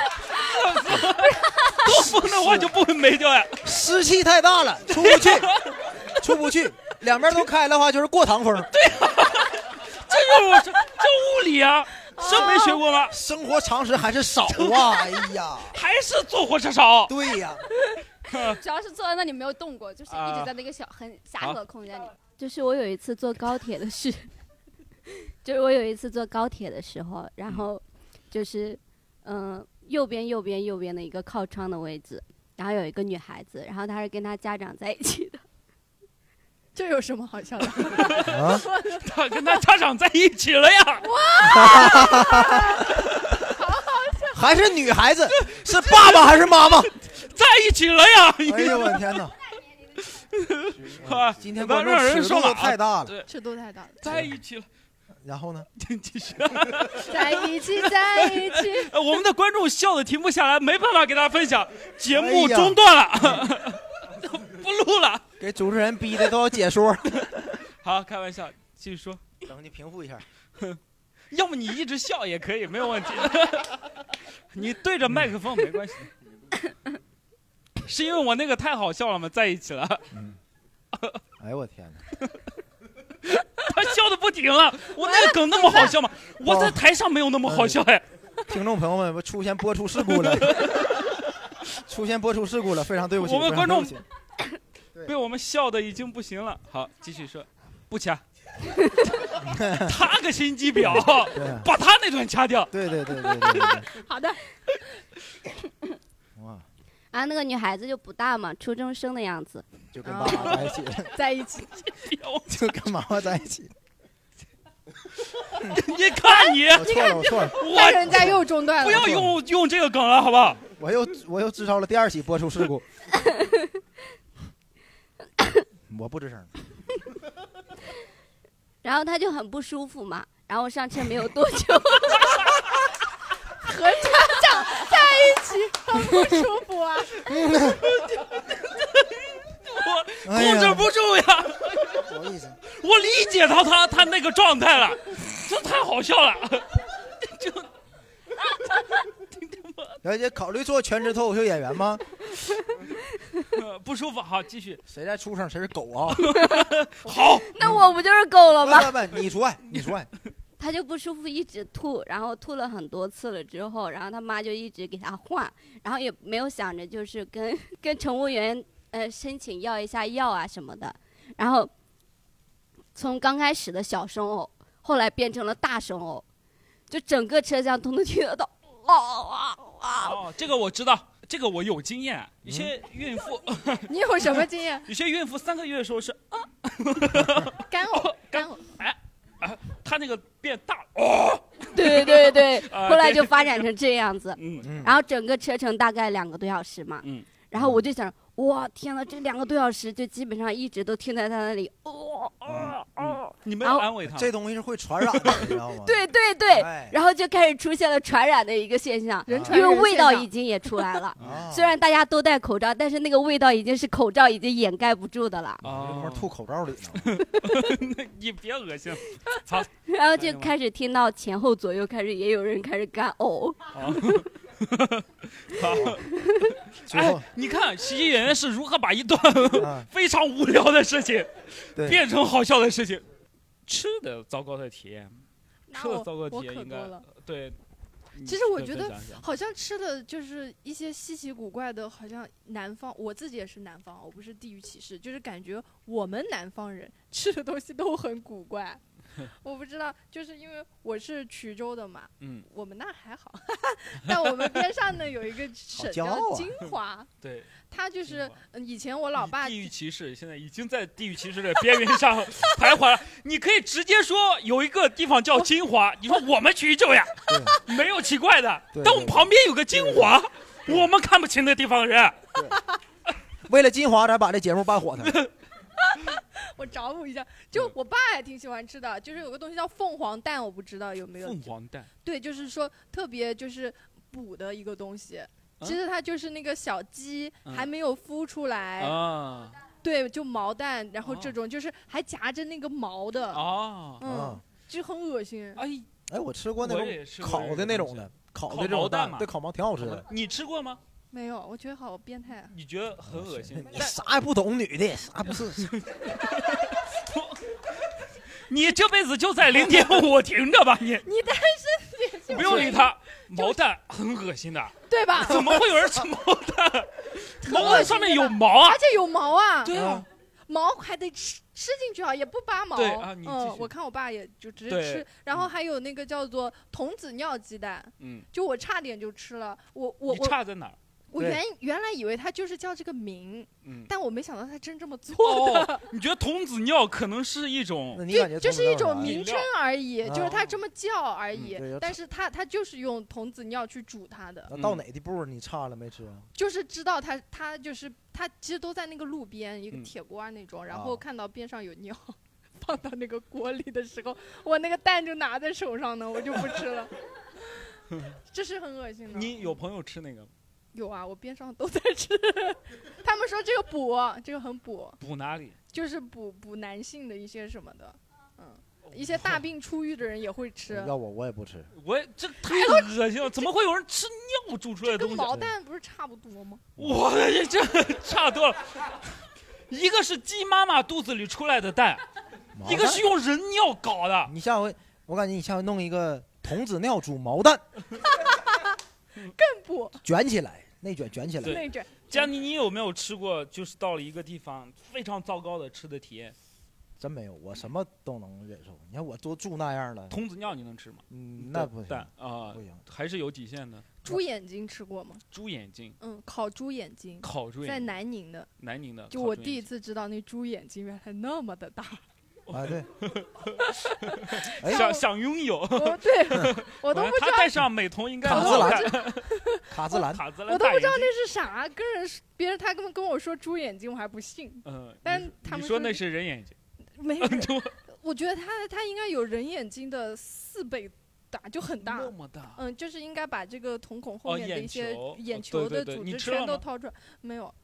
通风的话就不会没掉呀。 湿气太大了，出不去，出不去。两边都开的话就是过堂风。 对啊，这就是我这这物理啊。生没学过吗？ 生活常识还是少啊！哎呀， 还是坐火车少。 对呀， 主要是坐在那里没有动过，就是一直在那个小很狭小的空间里。 就是我有一次坐高铁的事，就是我有一次坐高铁的时候，然后就是嗯、呃、右边右边右边的一个靠窗的位置，然后有一个女孩子，然后她是跟她家长在一起的。 这有什么好笑的？ 啊、他跟他家长在一起了呀！ 哇，好好笑！ 还是女孩子，是爸爸还是妈妈？ 在一起了呀！ 哎呀，我的天哪！今天观众尺度太大了， 尺度太大了， 在一起了。 然后呢？ 继续。 在一起，在一起。 我们的观众笑的停不下来，没办法给大家分享，节目中断了。哎不录了， 给主持人逼的都要解说。 好，开玩笑，继续说。 等你平复一下， 要么你一直笑也可以，没有问题。你对着麦克风没关系。是因为我那个太好笑了吗？在一起了。 嗯、哎呦我天哪！ 他笑的不停了。我那个梗那么好笑吗？我在台上没有那么好笑哎。 听众朋友们，出现播出事故了。出现播出事故了，非常对不起。 我们观众被我们笑的已经不行了。好，继续说，不掐。他个心机婊，把他那段掐掉。 对对对对 对, 对好的。 哇，啊，那个女孩子就不大嘛，初中生的样子， 就跟妈妈在一起， 在一起， 就跟妈妈在一起。 你看你， 我错了，我错了， 我人家又中断了， 不要用用这个梗了，好不好？ 我又我又制造了第二起播出事故。我不吱声。 然后他就很不舒服嘛，然后上车没有多久， 和家长在一起很不舒服啊。 我控制不住呀。 不好意思， 我理解到他他那个状态了，这太好笑了。就了解考虑做全职脱口秀演员吗？ 呃、不舒服，好，继续。 谁在出声谁是狗啊？ 好， 那我不就是狗了吗？ 不不不，你除外，你除外。 他就不舒服，一直吐，然后吐了很多次了之后，然后他妈就一直给他换，然后也没有想着就是跟跟乘务员呃申请要一下药啊什么的，然后从刚开始的小声呕，后来变成了大声呕，就整个车厢都能听得到。哦哦哦，这个我知道，这个我有经验。有些孕妇， 嗯、你有什么经验？ 有些孕妇三个月的时候是啊， 干呕，干呕， 哎。啊，他那个变大了，哦， 对对对，后来就发展成这样子， 嗯， 然后整个车程大概两个多小时嘛， 嗯， 然后我就想，哇，天呐，这两个多小时就基本上一直都听在他那里，哦哦哦， 你没有安慰他， 这东西是会传染的，你知道吗？ 对对对，然后就开始出现了传染的一个现象， 人传因为味道已经也出来了，虽然大家都戴口罩，但是那个味道已经是口罩已经掩盖不住的了。 哦，这吐口罩里呢。 你别恶心。好， 然后就开始听到前后左右开始也有人开始干呕。 好，哎，你看喜剧演员是如何把一段非常无聊的事情变成好笑的事情。吃的糟糕的体验，吃的糟糕的体验应该对。 其实我觉得好像吃的就是一些稀奇古怪的，好像南方，我自己也是南方，我不是地域歧视，就是感觉我们南方人吃的东西都很古怪。我不知道，就是因为我是衢州的嘛， 嗯， 我们那还好，但我们边上呢有一个省叫金华， 对， 它就是以前我老爸地域歧视，现在已经在地域歧视的边缘上徘徊了。你可以直接说有一个地方叫金华，你说我们衢州呀，没有奇怪的，但我们旁边有个金华，我们看不起那地方的人。 为了金华，咱把这节目办火它。 我找补一下，就我爸还挺喜欢吃的，就是有个东西叫凤凰蛋，我不知道有没有。 凤凰蛋。对， 就是说特别就是补的一个东西，嗯、其实它就是那个小鸡还没有孵出来。 啊、 嗯。对，就毛蛋，然后这种就是还夹着那个毛的。 哦。 嗯。就很恶心。 哎哎，我吃过那种烤的那种的，烤的这种蛋嘛， 对，烤毛挺好吃的。 你吃过吗？ 没有，我觉得好变态啊！ 你觉得很恶心？ 你啥也不懂，女的啥不是？ 你这辈子就在零点五听着吧，你你单身你不用理他。毛蛋很恶心的， 对吧？ 怎么会有人吃毛蛋？毛蛋上面有毛啊， 而且有毛啊！ 对啊， 毛还得吃吃进去啊，也不扒毛。 对啊，你嗯，我看我爸也就直接吃，然后还有那个叫做童子尿鸡蛋， 嗯， 就我差点就吃了，我我我差在哪儿？ 我原原来以为他就是叫这个名， 嗯， 但我没想到他真这么做的。哦、你觉得童子尿可能是一种？ 就就是一种名称而已， 啊、 就是他这么叫而已。 嗯、 但是他他就是用童子尿去煮它的。 那到哪地步你差了没吃啊？ 就是知道他他就是他其实都在那个路边一个铁锅那种， 嗯、 然后看到边上有尿，放到那个锅里的时候，我那个蛋就拿在手上呢，我就不吃了。这是很恶心的。 你有朋友吃那个吗？ 有啊，我边上都在吃。他们说这个补，这个很补。 补哪里？ 就是补补男性的一些什么的，嗯，一些大病初愈的人也会吃。 要我我也不吃。 我也这太恶心了，怎么会有人吃尿煮出来的东西？ 跟毛蛋不是差不多吗？ 我的这差多了。一个是鸡妈妈肚子里出来的蛋，一个是用人尿搞的。 你下回，我感觉你下回弄一个童子尿煮毛蛋， 更补， 卷起来。内卷卷起来， 内卷。 佳妮，你有没有吃过就是到了一个地方非常糟糕的吃的体验？ 真没有，我什么都能忍受。你看我都住那样了。 童子尿你能吃吗？ 嗯，那不行啊， 不行， 还是有底线的。 猪眼睛吃过吗？ 猪眼睛， 嗯，烤猪眼睛， 烤猪眼睛在南宁的， 南宁的。 就我第一次知道那猪眼睛原来那么的大。 啊对， 想想拥有， 我对我都不知道。 他戴上美瞳应该卡姿兰，卡姿兰， 卡姿兰， 我都不知道那是啥。跟人别人他跟跟我说猪眼睛，我还不信。 嗯， 但他们说那是人眼睛， 没有。我觉得他他应该有人眼睛的四倍大，就很大， 那么大。 嗯，就是应该把这个瞳孔后面的一些眼球的组织全都掏出来。没有。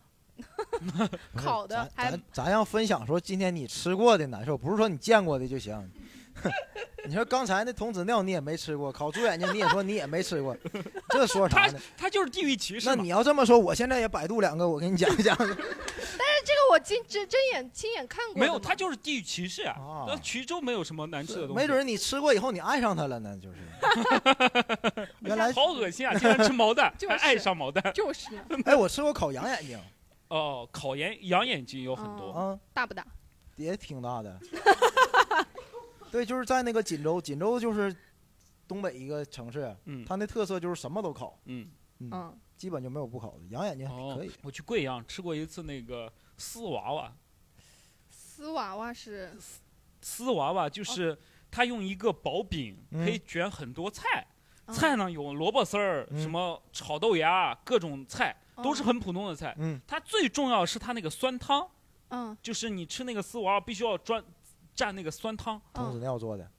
烤的还咱咱要分享说今天你吃过的难受，不是说你见过的就行。 你说刚才那童子尿你也没吃过，烤猪眼睛你也说你也没吃过，这说啥呢？ 他他就是地域歧视。 那你要这么说，我现在也百度两个，我给你讲一讲。 但是这个我亲真真眼亲眼看过。 没有，他就是地域歧视啊。那衢州没有什么难吃的东西。 没准你吃过以后你爱上它了呢，就是。原来好恶心啊！竟然吃毛蛋，还爱上毛蛋。 就是。 哎，我吃过烤羊眼睛。 哦，烤羊羊眼睛有很多。 嗯， 大不大？ 也挺大的。对，就是在那个锦州，锦州就是东北一个城市，嗯，它那特色就是什么都烤， 嗯嗯，基本就没有不烤的。羊眼睛可以。 哦、我去贵阳吃过一次那个丝娃娃。 丝娃娃是？ 丝娃娃就是它用一个薄饼可以卷很多菜，嗯、菜呢有萝卜丝儿、嗯、什么炒豆芽，各种菜都是很普通的菜。嗯，它最重要的是它那个酸汤，嗯，就是你吃那个丝娃娃必须要专。蘸那个酸汤， 童子尿做的，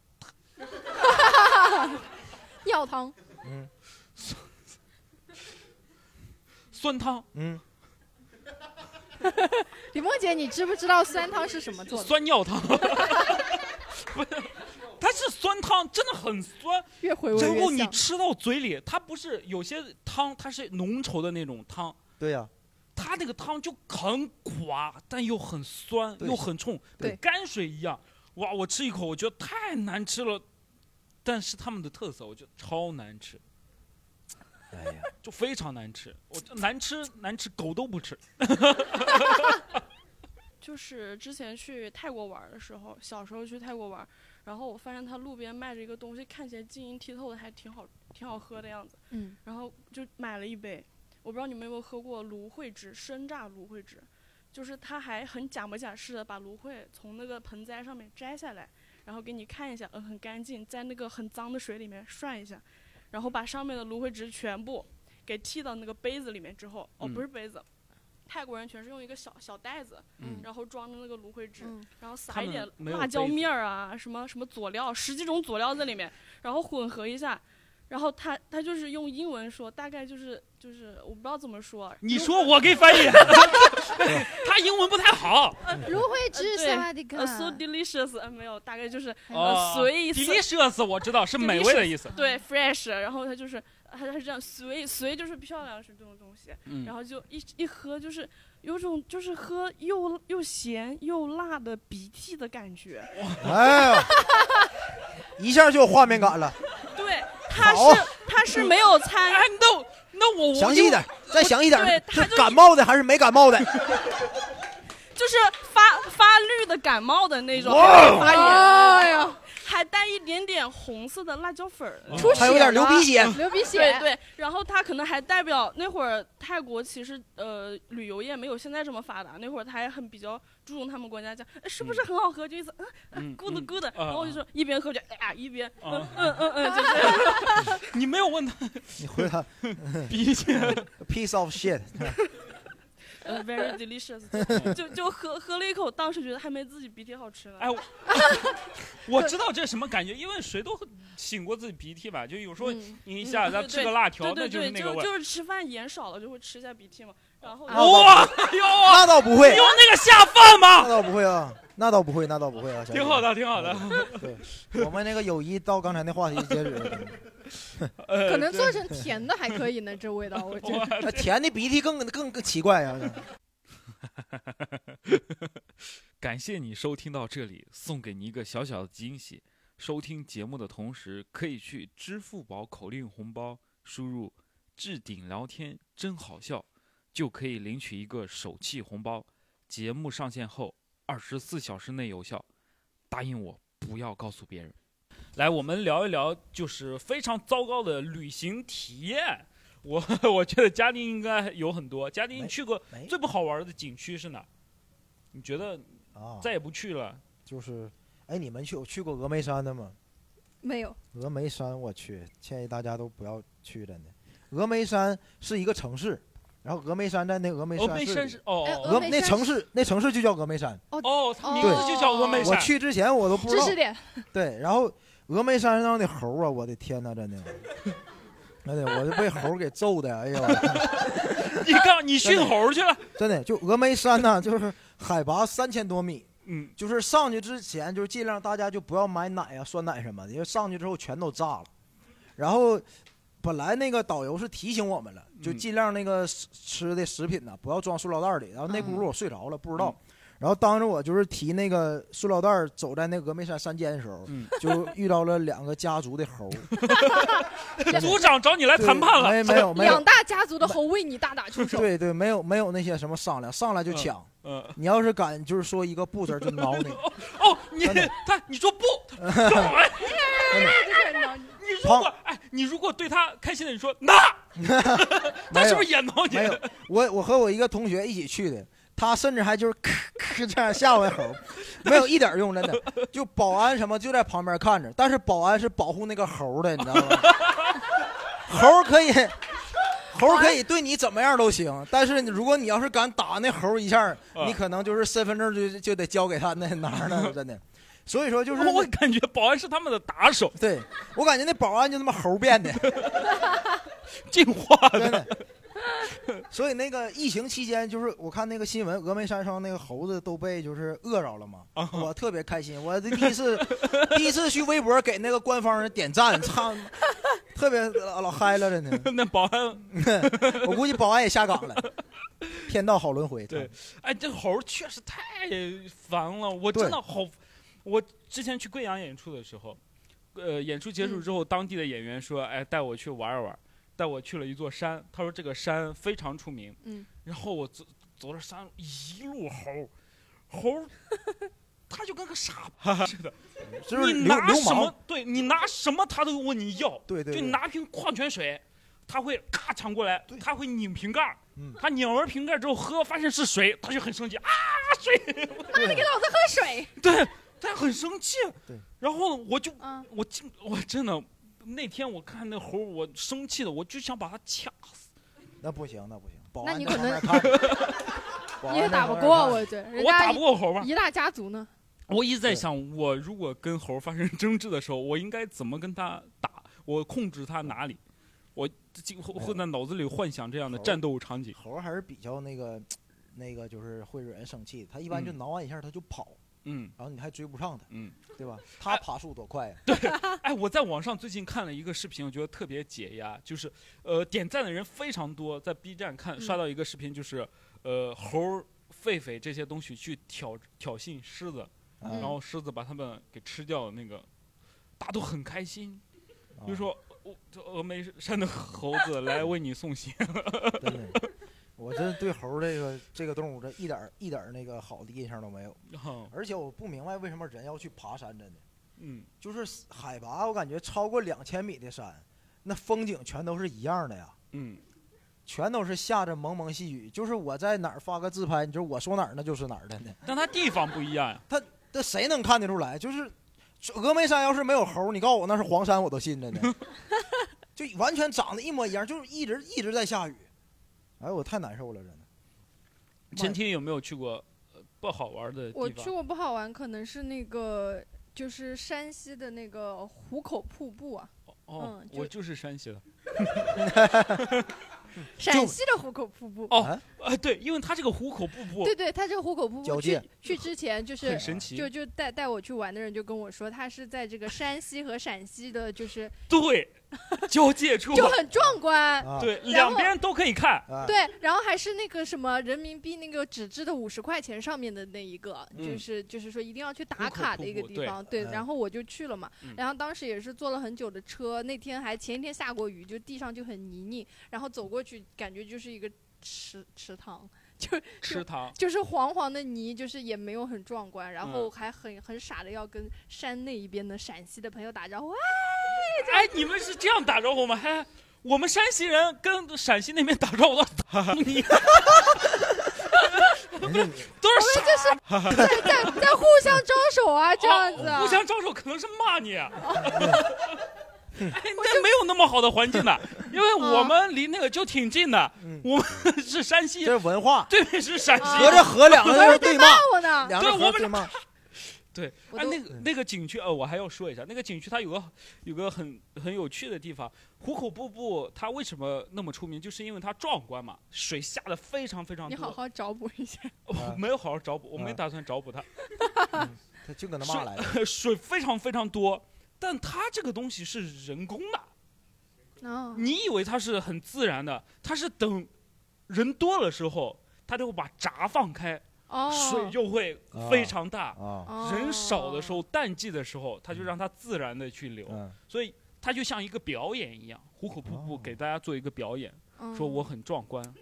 尿汤， 嗯， 酸汤， 嗯。 李梦洁，你知不知道酸汤是什么做的？ 酸尿汤，不是，它是酸汤，真的很酸， 越回味越香。 然后你吃到嘴里，它不是有些汤，它是浓稠的那种汤， 对呀、啊。 它那个汤就很寡，但又很酸，又很冲，跟泔水一样。哇！我吃一口，我觉得太难吃了，但是他们的特色，我觉得超难吃。 哎呀， 就非常难吃，我难吃难吃，狗都不吃。 就是之前去泰国玩的时候，小时候去泰国玩，然后我发现他路边卖着一个东西，看起来晶莹剔透的，还挺好，挺好喝的样子。嗯，然后就买了一杯。我不知道你们有没有喝过芦荟汁，生榨芦荟汁，就是他还很假模假式的把芦荟从那个盆栽上面摘下来，然后给你看一下，嗯，很干净，在那个很脏的水里面涮一下，然后把上面的芦荟汁全部给剔到那个杯子里面之后，哦，不是杯子，嗯、泰国人全是用一个小小袋子，嗯、然后装着那个芦荟汁，嗯、然后撒一点辣椒面啊，什么什么佐料，十几种佐料在里面，然后混合一下。然后他他就是用英文说，大概就是就是我不知道怎么说。 你说我给翻译。他英文不太好。 芦荟汁萨瓦迪卡。 呃 ，so delicious， 呃，没有，大概就是呃随。 delicious 我知道是美味的意思。 对 ，fresh， 然后他就是他他是这样随随就是漂亮是这种东西，嗯、然后就一一喝就是有种就是喝又又咸又辣的鼻涕的感觉。 哎呀，一下就有画面感了。 对。他是他是没有掺， 哎，那那我详细一点，再详细一点。 对， 是感冒的还是没感冒的？ 就是发发绿的感冒的那种发炎，哎呀，还带一点点红色的辣椒粉儿， 出血，还有点流鼻血， 流鼻血。 对对，然后它可能还代表那会儿泰国其实呃旅游业没有现在这么发达，那会儿他还很比较注重他们国家讲，哎，是不是很好喝？就意思嗯 good good，然后就说一边喝就哎呀一边嗯嗯嗯嗯，就这样。 你没有问他， 你回答鼻血 piece of shit。 呃 ，very delicious， 就就喝喝了一口，当时觉得还没自己鼻涕好吃呢。 哎，我, 我知道这是什么感觉，因为谁都擤过自己鼻涕吧？就有时候你一下子吃个辣条，那就是那个味。 就是吃饭盐少了就会吃一下鼻涕嘛，然后哇哟， 那倒不会， 有那个下饭吗？ 那倒不会啊，那倒不会，那倒不会啊， 挺好的，挺好的。 对，我们那个友谊到刚才那话题截止。 可能做成甜的还可以呢，这味道我觉得。 甜的鼻涕更更更奇怪啊！ 感谢你收听到这里，送给你一个小小的惊喜。收听节目的同时，可以去支付宝口令红包，输入“置顶聊天真好笑”，就可以领取一个手气红包。节目上线后二十四小时内有效，答应我不要告诉别人。来，我们聊一聊就是非常糟糕的旅行体验。我我觉得嘉宁应该有很多。嘉宁，你去过最不好玩的景区是哪？你觉得再也不去了？ 啊、就是，哎，你们去有去过峨眉山的吗？ 没有。 峨眉山，我去，建议大家都不要去了呢。峨眉山是一个城市，然后峨眉山在那峨眉山。峨眉山是哦， 峨那城市那城市就叫峨眉山。 哦哦，它名字就叫峨眉山。 我去之前我都不知道。 知识点。 对，然后。峨眉山上的猴啊，我的天哪，真的，真的，我就被猴给揍的，哎呀！ 你刚你训猴去了？ 真的，就峨眉山呐、啊，就是海拔三千多米， 嗯， 就是上去之前就是尽量大家就不要买奶啊、酸奶什么的，因为上去之后全都炸了。然后本来那个导游是提醒我们了，就尽量那个吃的食品呢、啊、不要装塑料袋里。然后那轱辘我睡着了，不知道。嗯，然后当着我就是提那个塑料袋走在那个峨眉山山间的时候，嗯，就遇到了两个家族的猴。 族长找你来谈判了， 没没有没有， 两大家族的猴为你大打出手。 对对，没有没有那些什么商量，上来就抢。嗯，嗯你要是敢就是说一个不字就挠你。 哦，你他你说不，你如果哎，你如果对他开心的，你说那，他是不是也挠你？ 没有，我我和我一个同学一起去的。他甚至还就是咳咳这样吓唬猴，没有一点用，真的。就保安什么就在旁边看着，但是保安是保护那个猴的，你知道吗？猴可以，猴可以对你怎么样都行，但是如果你要是敢打那猴一下，你可能就是身份证就就得交给他那哪儿呢？真的。所以说就是我感觉保安是他们的打手， 对我感觉那保安就他妈猴变的， 进化的。 真的。所以那个疫情期间，就是我看那个新闻，峨眉山上那个猴子都被就是饿着了嘛，啊、我特别开心。我第一次第一次去微博给那个官方人点赞，唱特别老嗨了真的。 那保安， 我估计保安也下岗了。天道好轮回。 对，哎，这猴确实太烦了，我真的好。我之前去贵阳演出的时候，呃，演出结束之后，嗯、当地的演员说：“哎，带我去玩一玩。”带我去了一座山，他说这个山非常出名。嗯，然后我走走了山，一路猴，猴，他就跟个傻子似的。 就是你拿什么？对你拿什么，他都问你要。 对 对, 对。 就你拿瓶矿泉水，他会咔抢过来，他会拧瓶盖。嗯。他拧完瓶盖之后喝，发现是水，他就很生气啊，水！ 妈，你给老子喝水！ 对，他很生气。 对。 然后我就，嗯、我进，我真的。那天我看那猴，我生气的，我就想把他掐死。 那不行，那不行，保安在旁边看着。 你也打不过我，对， 我打不过猴吧？ 一大家族呢。 我一直在想，我如果跟猴发生争执的时候，我应该怎么跟他打？我控制他哪里？我会在脑子里幻想这样的战斗场景。 猴还是比较那个，那个就是会惹人生气。他一般就挠完一下他就跑。嗯，然后你还追不上他，嗯，对吧？他爬速多快呀、啊！ 对，哎，我在网上最近看了一个视频，我觉得特别解压，就是呃，点赞的人非常多，在 B 站看刷到一个视频，就是呃，猴、狒狒这些东西去挑挑衅狮子，嗯、然后狮子把他们给吃掉的那个，大家都很开心，嗯、就说我、哦、这峨眉山的猴子来为你送行。 真的。我真对猴这个这个动物这一点一点那个好的印象都没有，哦、而且我不明白为什么人要去爬山，真的，嗯，就是海拔我感觉超过两千米的山，那风景全都是一样的呀，嗯，全都是下着蒙蒙细雨，就是我在哪儿发个自拍，你就是我说哪儿那就是哪儿的呢， 但它地方不一样呀， 它这谁能看得出来？就是峨眉山要是没有猴，你告诉我那是黄山我都信着呢，就完全长得一模一样，就是一直一直在下雨。哎，我太难受了，真的。 前天有没有去过不好玩的地方？ 我去过不好玩，可能是那个就是山西的那个壶口瀑布啊。 哦，嗯、我就是山西的。 陕西的壶口瀑布哦，呃，对，因为它这个壶口瀑布， 对对，它这个壶口瀑布去去之前就是很神奇， 就就带带我去玩的人就跟我说，它是在这个山西和陕西的，就是对交界处， 就很壮观， 啊、对，两边都可以看， 对，然后还是那个什么人民币那个纸质的五十块钱上面的那一个，嗯、就是就是说一定要去打卡的一个地方，对，对，然后我就去了嘛，嗯、然后当时也是坐了很久的车，那天还前一天下过雨，就地上就很泥泞，然后走过去感觉就是一个池池塘，就池塘就是黄黄的泥，就是也没有很壮观，然后还很很傻的要跟山那一边的陕西的朋友打招呼， 哎，你们是这样打招呼吗？还我们山西人跟陕西那边打招呼都你。都是傻，我们就是在在在互相招手啊，这样子、啊哦。互相招手可能是骂你、啊。哎，那没有那么好的环境的，因为我们离那个就挺近的，嗯、我们是山西， 这是文化， 对面是陕西， 合着河两个人对骂我呢， 两个河对骂。 对，哎，那个那个景区，呃，我还要说一下，那个景区它有个有个很很有趣的地方，壶口瀑布它为什么那么出名，就是因为它壮观嘛，水下的非常非常多。 你好好找补一下。 我没有好好找补，我没打算找补它。 嗯、他就搁那骂来的。水非常非常多，但它这个东西是人工的。 哦。 你以为它是很自然的，它是等人多的时候，它就会把闸放开。 哦、 水就会非常大， 哦、 人少的时候，淡季的时候，它就让它自然的去流， 嗯、 所以它就像一个表演一样。壶口瀑布给大家做一个表演，哦、说我很壮观，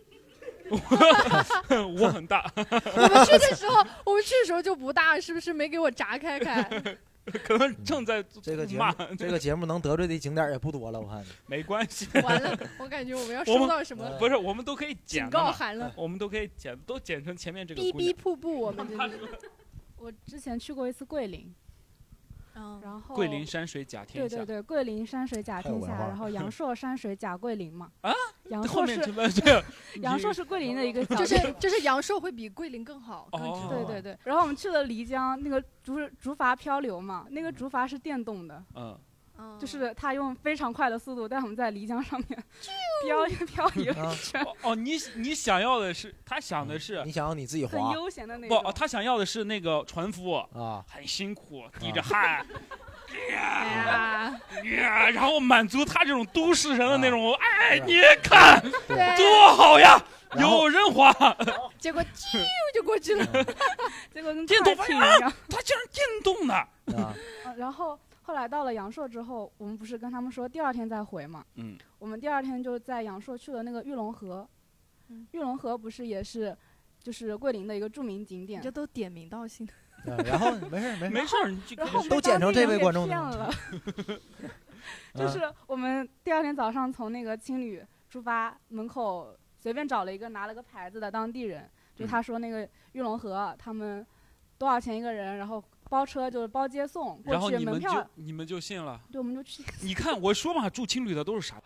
我很大。 我们去的时候，我们去的时候就不大，是不是没给我炸开开？ 可能正在这个节目，这个节目能得罪的景点也不多了，我看。 没关系。 完了，我感觉我们要收到什么？ 不是，我们都可以剪。 警告函了。 我们都可以剪，都剪成前面这个。 哔哔瀑布，我们这里。 我之前去过一次桂林。 嗯， 然后桂林山水甲天下。 对对对，桂林山水甲天下，然后阳朔山水甲桂林嘛。 啊？ 阳朔是阳朔是桂林的一个小， 就是就是阳朔会比桂林更好。 哦。 对对对，然后我们去了漓江，那个竹竹筏漂流嘛，那个竹筏是电动的。 嗯。 就是它用非常快的速度带我们在漓江上面漂一漂一圈。 哦，你你想要的是，他想的是， 你想要你自己滑， 很悠闲的那种。 不，他想要的是那个船夫啊， 很辛苦，滴着汗， 呀呀，然后满足他这种都市人的那种，哎，你看多好呀，有人滑。 结果啾就过去了， 结果跟电动快艇一样， 它竟然电动的啊！ 然后。后来到了阳朔之后，我们不是跟他们说第二天再回嘛？ 嗯， 我们第二天就在阳朔去了那个玉龙河。嗯，玉龙河不是也是，就是桂林的一个著名景点。 这都点名道姓。 啊、然后没事没事没事， 然后都剪成这位观众了。就是我们第二天早上从那个青旅出发，门口随便找了一个拿了个牌子的当地人，就他说那个玉龙河他们多少钱一个人，然后。包车就是包接送， 然后你们就你们就信了？ 对，我们就去。 你看我说嘛，住青旅的都是傻。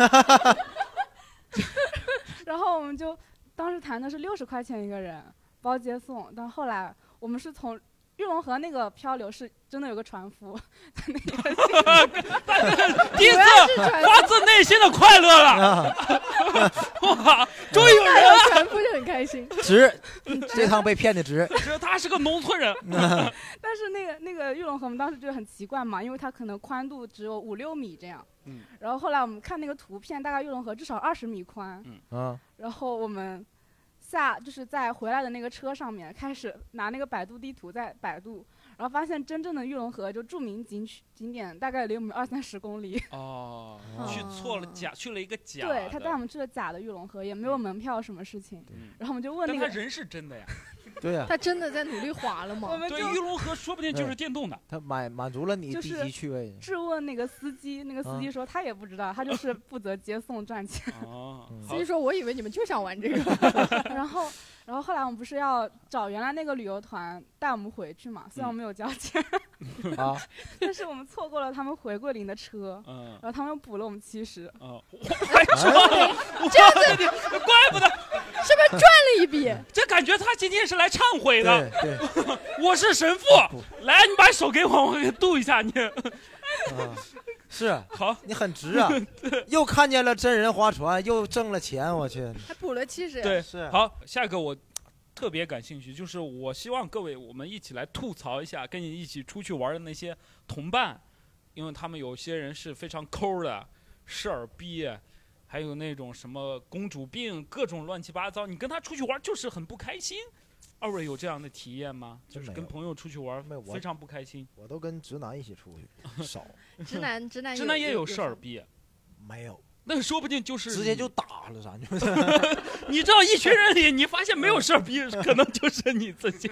然后我们就当时谈的是六十块钱一个人包接送，但后来我们是从玉龙河那个漂流是真的有个船夫在那个第一次发自内心的快乐了。哇，终于有人了， 船夫就很开心。 值，这趟被骗的值。 值，他是个农村人。 但是那个那个玉龙河，我们当时觉得很奇怪嘛，因为它可能宽度只有五六米这样。 嗯。 然后后来我们看那个图片，大概玉龙河至少二十米宽。 嗯。 啊。 然后我们下就是在回来的那个车上面开始拿那个百度地图在百度。然后发现真正的玉龙河就著名景区景点大概离我们二三十公里。 哦，去错了假，去了一个假。 对，他带我们去了假的玉龙河，也没有门票什么事情。 嗯、 然后我们就问那个， 但他人是真的呀。 对呀、啊， 他真的在努力滑了吗？ 对，玉龙河说不定就是电动的。 他满满足了你低级趣味。 质问那个司机，那个司机说他也不知道，他就是负责接送赚钱。 哦， 司机说我以为你们就想玩这个。 然后。然后后来我们不是要找原来那个旅游团带我们回去嘛？虽然我们有交钱， 嗯、啊， 但是我们错过了他们回桂林的车， 嗯， 然后他们又补了我们七十。 哦，还说呢， 这样子，怪不得， 是不是赚了一笔？ 这感觉他今天是来忏悔的。 对对， 我是神父，来，你把手给我，我给渡一下你。 啊是好， 你很值啊！又看见了真人划船，又挣了钱，我去， 还补了七十。 对， 是好，下一个我特别感兴趣，就是我希望各位我们一起来吐槽一下，跟你一起出去玩的那些同伴，因为他们有些人是非常抠的，事儿逼，还有那种什么公主病，各种乱七八糟，你跟他出去玩就是很不开心。二位有这样的体验吗？就是跟朋友出去玩非常不开心。 我都跟直男一起出去，少。 直男直男直男也有事儿逼， 没有。 那说不定就是直接就打了咱就。 你知道一群人里，你发现没有事儿逼，可能就是你自己。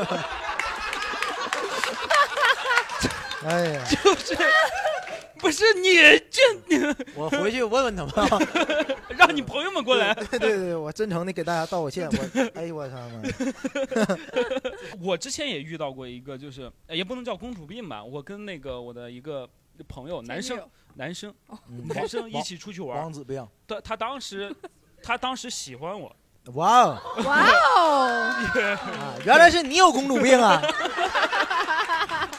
哎呀， 就是。不是你这你， 我回去问问他们， 让你朋友们过来。 对对对，我真诚的给大家道个歉。我哎呦我他妈！ 我之前也遇到过一个，就是也不能叫公主病吧。我跟那个我的一个朋友，男生男生、哦、男生一起出去玩。 王子病。 他他当时他当时喜欢我。 哇哦哇哦！ 啊，原来是你有公主病啊！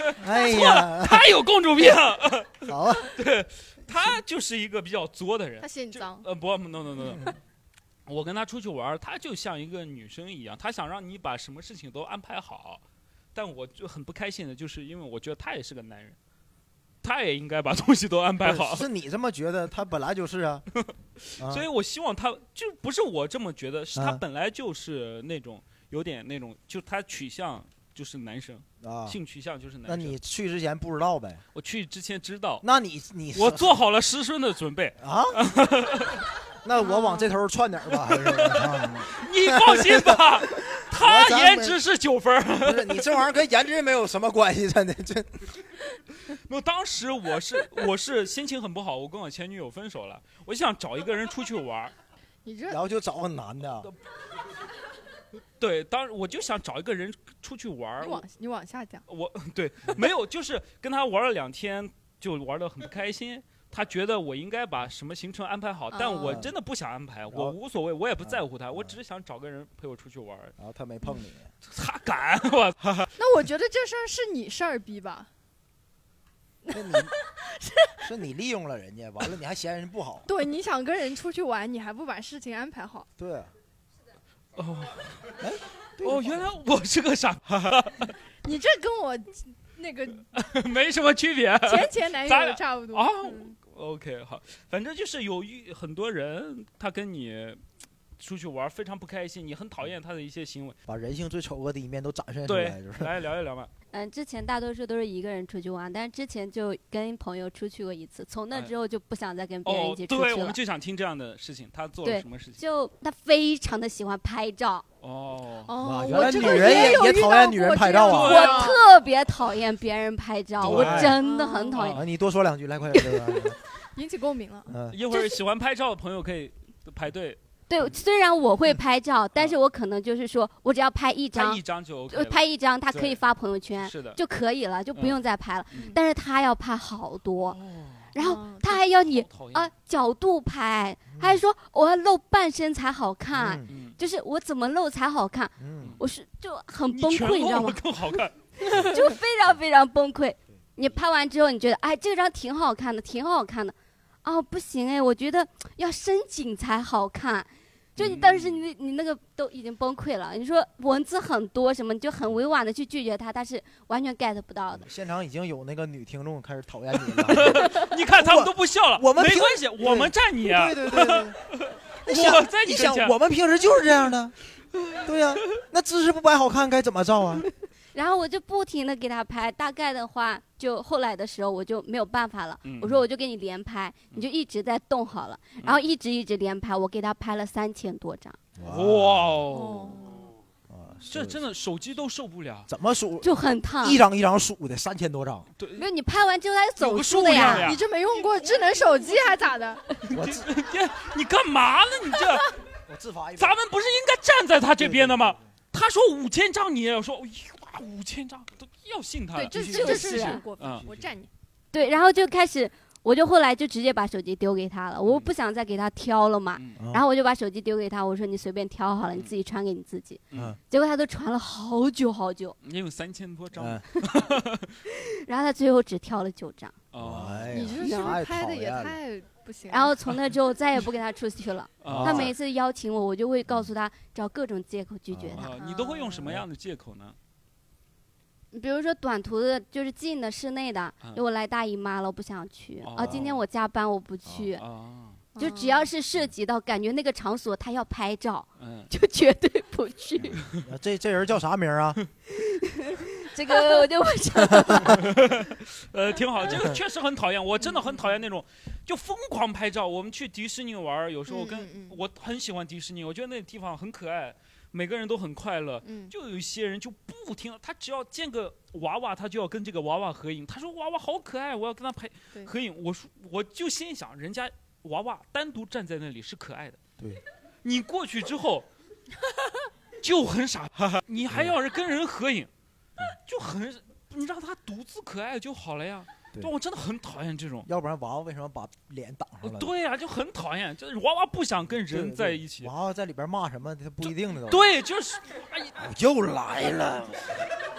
哎呀， 他有公主病。 好啊， 对，他就是一个比较作的人。 他嫌你脏。 呃，不 ，no no no no。我跟他出去玩，他就像一个女生一样，他想让你把什么事情都安排好，但我就很不开心的，就是因为我觉得他也是个男人。他也应该把东西都安排好。 是你这么觉得，他本来就是啊。 啊所以我希望他就不是我这么觉得，是他本来就是那种有点那种，就他取向就是男生啊，性取向就是男生。 那你去之前不知道呗？ 我去之前知道。 那你你我做好了失身的准备啊。那我往这头窜点吧，还是？ 你放心吧，他颜值是九分。 不是你这玩意儿跟颜值没有什么关系，真的这。 没有，当时我是我是心情很不好，我跟我前女友分手了，我就想找一个人出去玩。 你这然后就找个男的。 对，当我就想找一个人出去玩。 你往你往下讲。 我对没有，就是跟他玩了两天，就玩得很不开心。他觉得我应该把什么行程安排好， 哦、 但我真的不想安排，我无所谓，我也不在乎他，我只是想找个人陪我出去玩。 然后他没碰你， 他敢我。 那我觉得这事儿是你事儿逼吧？ 是你是你利用了人家，完了你还嫌人不好。 对，你想跟人出去玩，你还不把事情安排好。 对、啊。 哦，哎，哦，原来我是个傻。 你这跟我那个没什么区别， 前前男友差不多啊。嗯、OK， 好，反正就是有很多人他跟你出去玩非常不开心，你很讨厌他的一些行为， 把人性最丑恶的一面都展现出来，就是。 来聊一聊嘛。 嗯，之前大多数都是一个人出去玩，但是之前就跟朋友出去过一次，从那之后就不想再跟别人一起出去了。 哦、对，我们就想听这样的事情，他做了什么事情？ 就他非常的喜欢拍照。 哦哦，原来女人也也讨厌女人拍照啊！ 我特别讨厌别人拍照，我真的很讨厌。 啊，你多说两句，来快点。 引起共鸣了。 嗯，一会儿喜欢拍照的朋友可以排队。 对，虽然我会拍照，但是我可能就是说我只要拍一张， 拍一张就 OK 了， 拍一张，他可以发朋友圈， 是的， 就可以了，就不用再拍了。 嗯、 但是他要拍好多， 哦、 然后他还要你啊角度拍，他还说我要露半身才好看， 嗯、 就是我怎么露才好看， 嗯、 我是就很崩溃，你知道吗？ 更好看， 就非常非常崩溃。你拍完之后，你觉得哎这张挺好看的，挺好看的，哦不行哎，我觉得要深景才好看。就你当时你你那个都已经崩溃了，你说文字很多什么，你就很委婉的去拒绝他，他是完全 get 不到的。 现场已经有那个女听众开始讨厌你了， 你看他们都不笑了。 我们没关系，我们站你啊。 对对对对。 我在你想，我们平时就是这样的。对呀、啊，那姿势不摆好看该怎么照啊？ 然后我就不停的给他拍，大概的话，就后来的时候我就没有办法了。 嗯、 我说我就给你连拍，嗯、你就一直在动好了，嗯、然后一直一直连拍，我给他拍了三千多张。 哇哦！哦这真的手机都受不了， 怎么数？ 就很烫， 一张一张数的，三千多张。 对， 没有你拍完之后还走数的呀。 呀你这没用过智能手机还咋的？ 我你你干嘛呢？你这我自罚一。 咱们不是应该站在他这边的吗？他说五千张，你也要说哇五千张，都要信他。 对，这这这是过分，我站你。 对，然后就开始。我就后来就直接把手机丢给他了，我不想再给他挑了嘛， 嗯、 然后我就把手机丢给他，我说你随便挑好了，你自己传给你自己。嗯、结果他都传了好久好久， 你有三千多张，嗯、 然后他最后只挑了九张。 哦， 你这是不是拍的也太不行了？ 然后从那之后再也不跟他出去了。哦、他每一次邀请我，我就会告诉他找各种借口拒绝他。 哦、你都会用什么样的借口呢？ 比如说短途的，就是近的室内的，因为我来大姨妈了，我不想去。哦、啊，今天我加班，我不去。 哦、 就只要是涉及到感觉那个场所他要拍照， 嗯、 就绝对不去。 这这人叫啥名啊？ 这个我就不知道了。 呃，挺好，这个确实很讨厌，我真的很讨厌那种就疯狂拍照。我们去迪士尼玩，有时候跟、嗯嗯、我很喜欢迪士尼，我觉得那个地方很可爱。每个人都很快乐， 嗯、 就有一些人就不听，他只要见个娃娃，他就要跟这个娃娃合影。他说娃娃好可爱，我要跟他拍合影。我说我就心想，人家娃娃单独站在那里是可爱的， 对， 你过去之后就很傻，你还要跟人合影，就很你让他独自可爱就好了呀。对，我真的很讨厌这种， 要不然娃娃为什么把脸挡上了？ 对呀、啊，就很讨厌，就是娃娃不想跟人在一起。 娃娃在里边骂什么，他不一定的。 对，就是， 哎，又来了。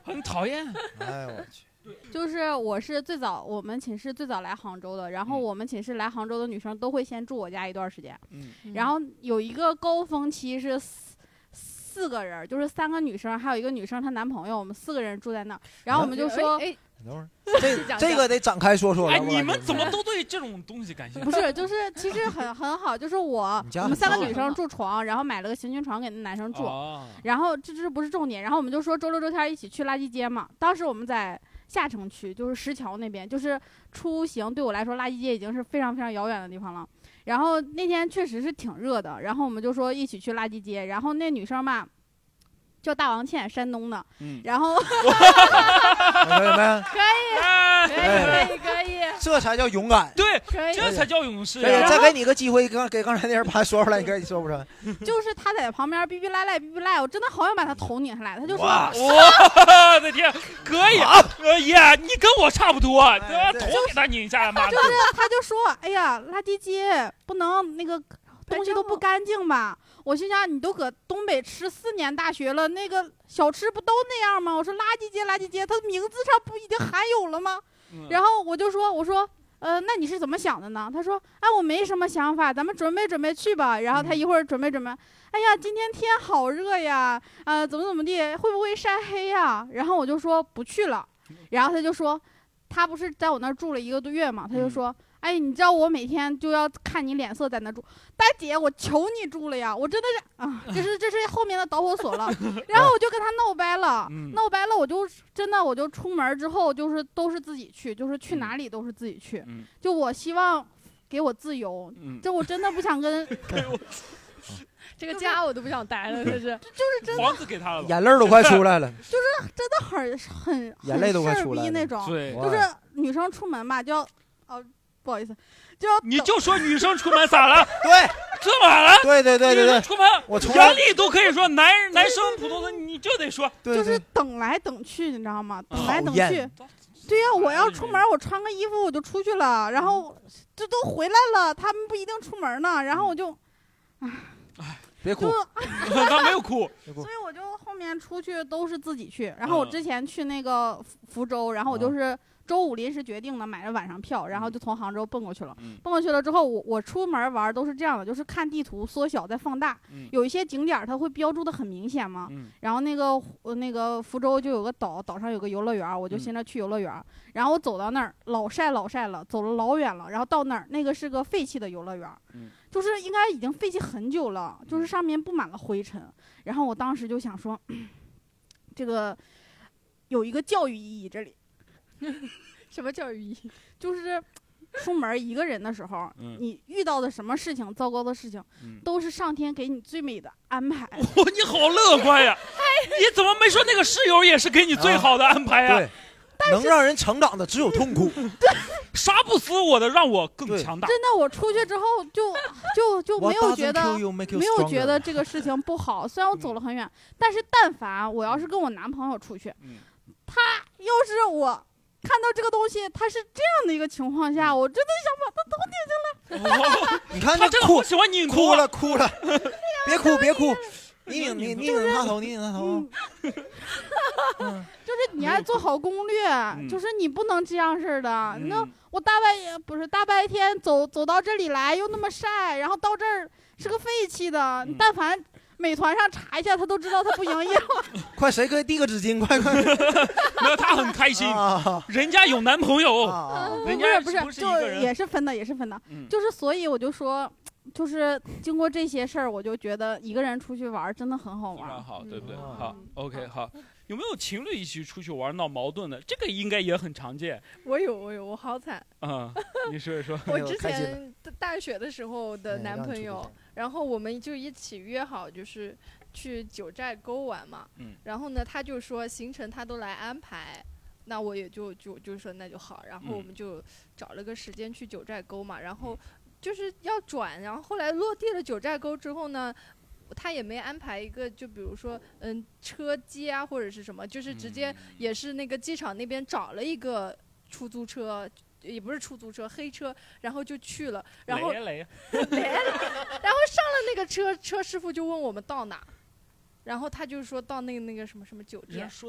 很讨厌。 哎我去。 就是我是最早，我们寝室最早来杭州的，然后我们寝室来杭州的女生都会先住我家一段时间， 嗯， 然后有一个高峰期是四四个人，就是三个女生，还有一个女生她男朋友，我们四个人住在那儿，然后我们就说， 哎，等会儿，这这个得展开说说了。 哎，你们怎么都对这种东西感兴趣？ 不是，就是其实很很好，就是我我们三个女生住床，然后买了个行军床给那男生住， 哦、 然后这这不是重点，然后我们就说周六周天一起去垃圾街嘛，当时我们在下城区，就是石桥那边，就是出行对我来说，垃圾街已经是非常非常遥远的地方了。然后那天确实是挺热的，然后我们就说一起去垃圾街。然后那女生嘛，叫大王倩，山东的。嗯。然后。 朋友们。 可以，可以，可以，可以。 这才叫勇敢。 对， 可以。 这才叫勇士。 可以，再给你个机会，刚给刚才那人把说出来，你赶紧说不出来。 就是他在旁边逼逼赖赖，逼逼赖，我真的好想把他头拧下来。他就说：“ 我的天，可以！呃呀，你跟我差不多，头给他拧下来嘛。” 就是，他就说：“哎呀，垃圾街不能那个。”东西都不干净吧？我心想，你都搁东北吃四年大学了，那个小吃不都那样吗？我说垃圾街，垃圾街，它名字上不已经含有了吗？嗯、然后我就说，我说，呃，那你是怎么想的呢？他说，哎，我没什么想法，咱们准备准备去吧。然后他一会儿准备准备，哎呀，今天天好热呀，呃，怎么怎么地，会不会晒黑呀？然后我就说不去了。然后他就说，他不是在我那儿住了一个多月嘛，他就说。嗯哎，你知道我每天就要看你脸色在那住，大姐，我求你住了呀！我真的是啊，这是这是后面的导火索了。然后我就跟他闹掰了，嗯、闹掰了，我就真的我就出门之后就是都是自己去，就是去哪里都是自己去。嗯、就我希望给我自由，嗯、就我真的不想跟。 这个家我都不想待了，这是就是真的。 房子给他了， 眼泪都快出来了。 就是真的很很眼泪都快出来了那种， 对， 就是女生出门吧就要哦。不好意思，就要你就说女生出门咋了？ 对， 这么了？ 对对对对对， 出门我杨丽都可以说，男男生普通的你就得说， 对对就是等来等去，你知道吗？等来等去。对呀、啊，我要出门，我穿个衣服我就出去了，然后这都回来了，他们不一定出门呢，然后我就，唉， 别哭， 他没有哭， 所以我就后面出去都是自己去，然后我之前去那个福州，然后我就是。周五临时决定的，买了晚上票，然后就从杭州奔过去了。嗯、奔过去了之后，我我出门玩都是这样的，就是看地图缩小再放大。嗯、有一些景点它会标注的很明显嘛。嗯、然后那个那个福州就有个岛，岛上有个游乐园，我就现在去游乐园。嗯、然后我走到那儿，老晒老晒了，走了老远了。然后到那儿，那个是个废弃的游乐园，嗯、就是应该已经废弃很久了，就是上面布满了灰尘。然后我当时就想说，这个有一个教育意义这里。 什么教育意义？ 就是出门一个人的时候，嗯、你遇到的什么事情，糟糕的事情，嗯、都是上天给你最美的安排。 哦，你好乐观呀！你怎么没说那个室友也是给你最好的安排呀？ 啊对，能让人成长的只有痛苦。 对， 杀不死我的，让我更强大。 真的，我出去之后就就就没有觉得没有觉得这个事情不好。虽然我走了很远，嗯、但是但凡我要是跟我男朋友出去，嗯、他要是我。看到这个东西，它是这样的一个情况下，我真的想把它头顶下来。哦、你看他这哭， 喜欢拧哭了，哭了，别哭，别哭，你拧你你拧他头，你拧他头。 嗯、就是你还做好攻略，嗯、就是你不能这样式的。嗯、那我大半夜不是大白天走走到这里来，又那么晒，然后到这儿是个废弃的，嗯、但凡。美团上查一下，他都知道他不营业了。 快，谁可以递个纸巾？快快！ 没有，他很开心，啊、人家有男朋友， 啊、 人家不是不是，就也是分的，也是分的。嗯、就是所以我就说，就是经过这些事儿，我就觉得一个人出去玩真的很好玩。 非常好，对不对？嗯、好 ，OK， 好。有没有情侣一起出去玩闹矛盾的？这个应该也很常见。 我有，我有，我好惨。 嗯，你说一说。 我之前大学的时候的男朋友，然后我们就一起约好，就是去九寨沟玩嘛。嗯。然后呢，他就说行程他都来安排，那我也就就就说那就好。然后我们就找了个时间去九寨沟嘛，然后就是要转，然后后来落地了九寨沟之后呢。他也没安排一个，就比如说，嗯，车接啊，或者是什么，就是直接也是那个机场那边找了一个出租车，也不是出租车，黑车，然后就去了，然后， 雷雷雷雷然后上了那个车，车师傅就问我们到哪，然后他就说到那个那个什么什么酒店， 人家说的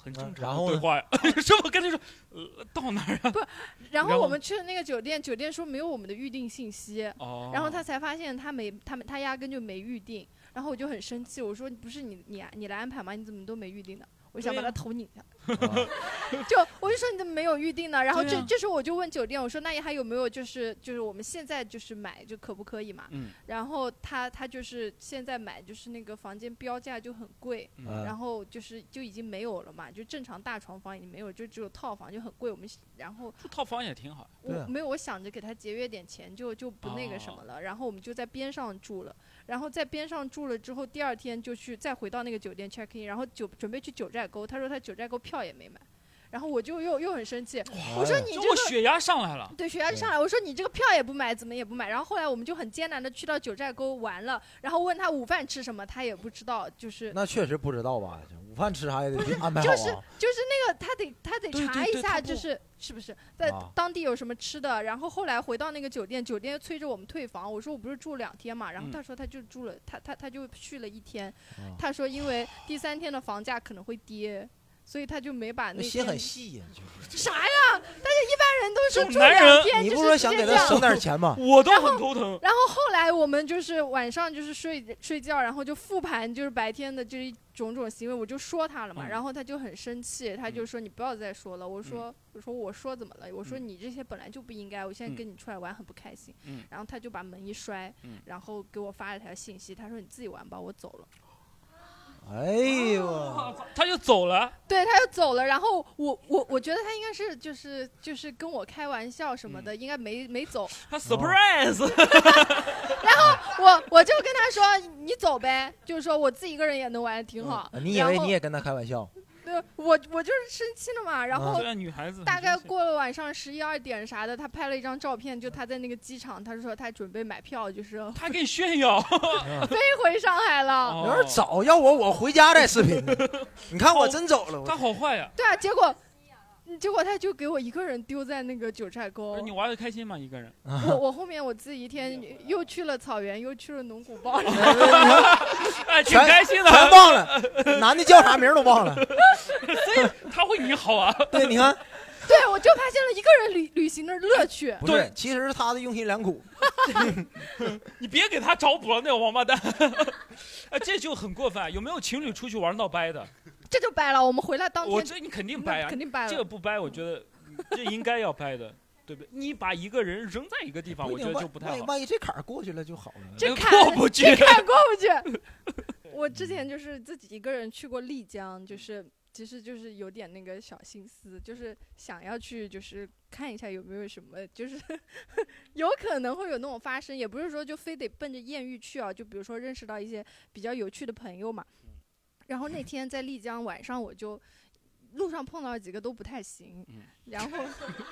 很正常的然后对话呀。师傅跟你说，呃，到哪儿啊？ 不，然后我们去了那个酒店，酒店说没有我们的预定信息， 哦， 然后他才发现他没，他们他压根就没预定，然后我就很生气，我说不是你你你来安排吗？你怎么都没预定的？我想把他头拧下，就我就说你怎么没有预定呢？然后这、啊、这时候我就问酒店，我说那还有没有就是就是我们现在就是买就可不可以嘛？ 嗯、 然后他他就是现在买就是那个房间标价就很贵， 嗯、 然后就是就已经没有了嘛，就正常大床房已经没有，就只有套房就很贵。我们然后住套房也挺好。 我没有，我想着给他节约点钱，就就不那个什么了。哦、然后我们就在边上住了，然后在边上住了之后，第二天就去再回到那个酒店 check in， 然后酒准备去九寨沟，他说他九寨沟票也没买，然后我就又又很生气，我说你这个血压上来了， 对，血压就上来，我说你这个票也不买，怎么也不买。然后后来我们就很艰难的去到九寨沟玩了，然后问他午饭吃什么，他也不知道，就是那确实不知道吧？午饭吃啥也得安排好啊。就是就是那个他得他得查一下，就是是不是在当地有什么吃的。然后后来回到那个酒店，酒店催着我们退房，我说我不是住两天嘛，然后他说他就住了，他他他就续了一天，他说因为第三天的房价可能会跌。所以他就没把那心很细呀， 就是啥呀？但是一般人都是住两天， 你不是说想给他省点钱吗？ 我都很头疼。 然后后来我们就是晚上就是睡睡觉，然后就复盘就是白天的就是种种行为，我就说他了嘛， 嗯、 然后他就很生气，他就说你不要再说了。我说、嗯、我说我说怎么了？我说你这些本来就不应该，我现在跟你出来玩很不开心。 嗯、 然后他就把门一摔， 嗯、 然后给我发了条信息，他说你自己玩吧，我走了。 哎呦， 他就走了。 对，他就走了。然后我我我觉得他应该是就是就是跟我开玩笑什么的，嗯、应该没没走。 他 surprise。 然后我我就跟他说你走呗，就是说我自己一个人也能玩的挺好。 嗯、你以为你也跟他开玩笑？ 对，我我就是生气了嘛，然后大概过了晚上十一二点啥的，他拍了一张照片，就他在那个机场，他说他准备买票，就是他给你炫耀， 飞回上海了。 有点早，要我我回家再视频。你看我真走了， 他好坏呀。 对啊，结果。结果他就给我一个人丢在那个九寨沟。 你玩的开心吗？一个人？ 我我后面我自己一天又去了草原，又去了农古包， 哎，挺开心的， 全忘了，男的叫啥名都忘了。 所以他会你好啊。 对，你看。 对，我就发现了一个人旅旅行的乐趣。 不是，其实是他的用心良苦。 你别给他找补了，那个王八蛋。哎，这就很过分。有没有情侣出去玩闹掰的？ 这就掰了。我们回来当天， 我这你肯定掰啊， 肯定掰了。 这个不掰，我觉得这应该要掰的，对不对？你把一个人扔在一个地方，我觉得就不太好。 万一这坎儿过去了就好了。 这坎过不去， 这坎过不去。我之前就是自己一个人去过丽江，就是。其实就是有点那个小心思，就是想要去，就是看一下有没有什么，就是有可能会有那种发生，也不是说就非得奔着艳遇去啊，就比如说认识到一些比较有趣的朋友嘛。然后那天在丽江晚上，我就路上碰到几个都不太行，然后，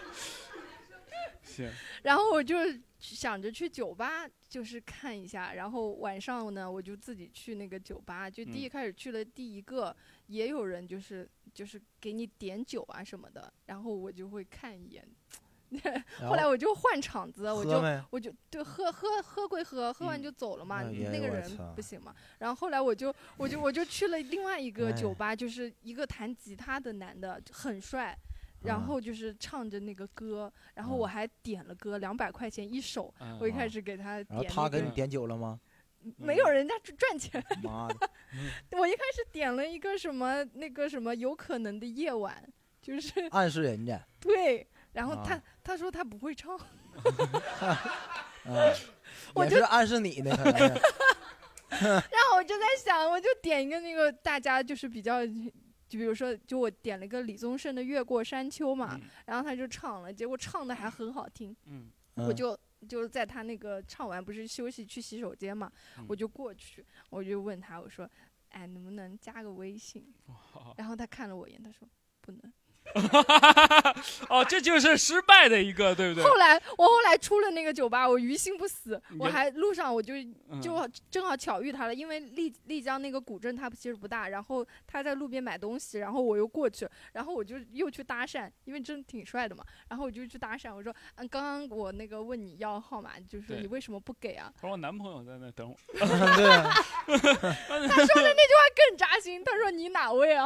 然后我就想着去酒吧就是看一下，然后晚上呢我就自己去那个酒吧，就第一开始去了第一个。也有人就是就是给你点酒啊什么的，然后我就会看一眼。后来我就换场子，我就我就对喝喝喝归喝，喝完就走了嘛。嗯、那个人不行嘛。然后后来我就我就我就去了另外一个酒吧，就是一个弹吉他的男的，很帅。然后就是唱着那个歌，然后我还点了歌，两百块钱一首。嗯、我一开始给他点、那个。 然后他给你点酒了吗？ 没有，人家赚钱。 妈的！ 我一开始点了一个什么那个什么有可能的夜晚，就是暗示人家。 对，然后他、啊、他说他不会唱。 啊、我就暗示你呢，可能是。 然后我就在想，我就点一个那个大家就是比较，就比如说，就我点了一个李宗盛的《越过山丘》嘛，嗯、然后他就唱了，结果唱的还很好听。 嗯， 我就。就是在他那个唱完不是休息去洗手间嘛、嗯，我就过去，我就问他，我说，哎，能不能加个微信？ 哦、 然后他看了我一眼，他说不能。 哦，这就是失败的一个，对不对？ 后来我后来出了那个酒吧，我于心不死，我还路上我就就正好巧遇他了，因为丽丽江那个古镇它其实不大，然后他在路边买东西，然后我又过去，然后我就又去搭讪，因为真挺帅的嘛，然后我就去搭讪，我说，嗯，刚刚我那个问你要号码，就是你为什么不给啊？ 他说我男朋友在那等我。 对。 他说的那句话更扎心，他说你哪位啊？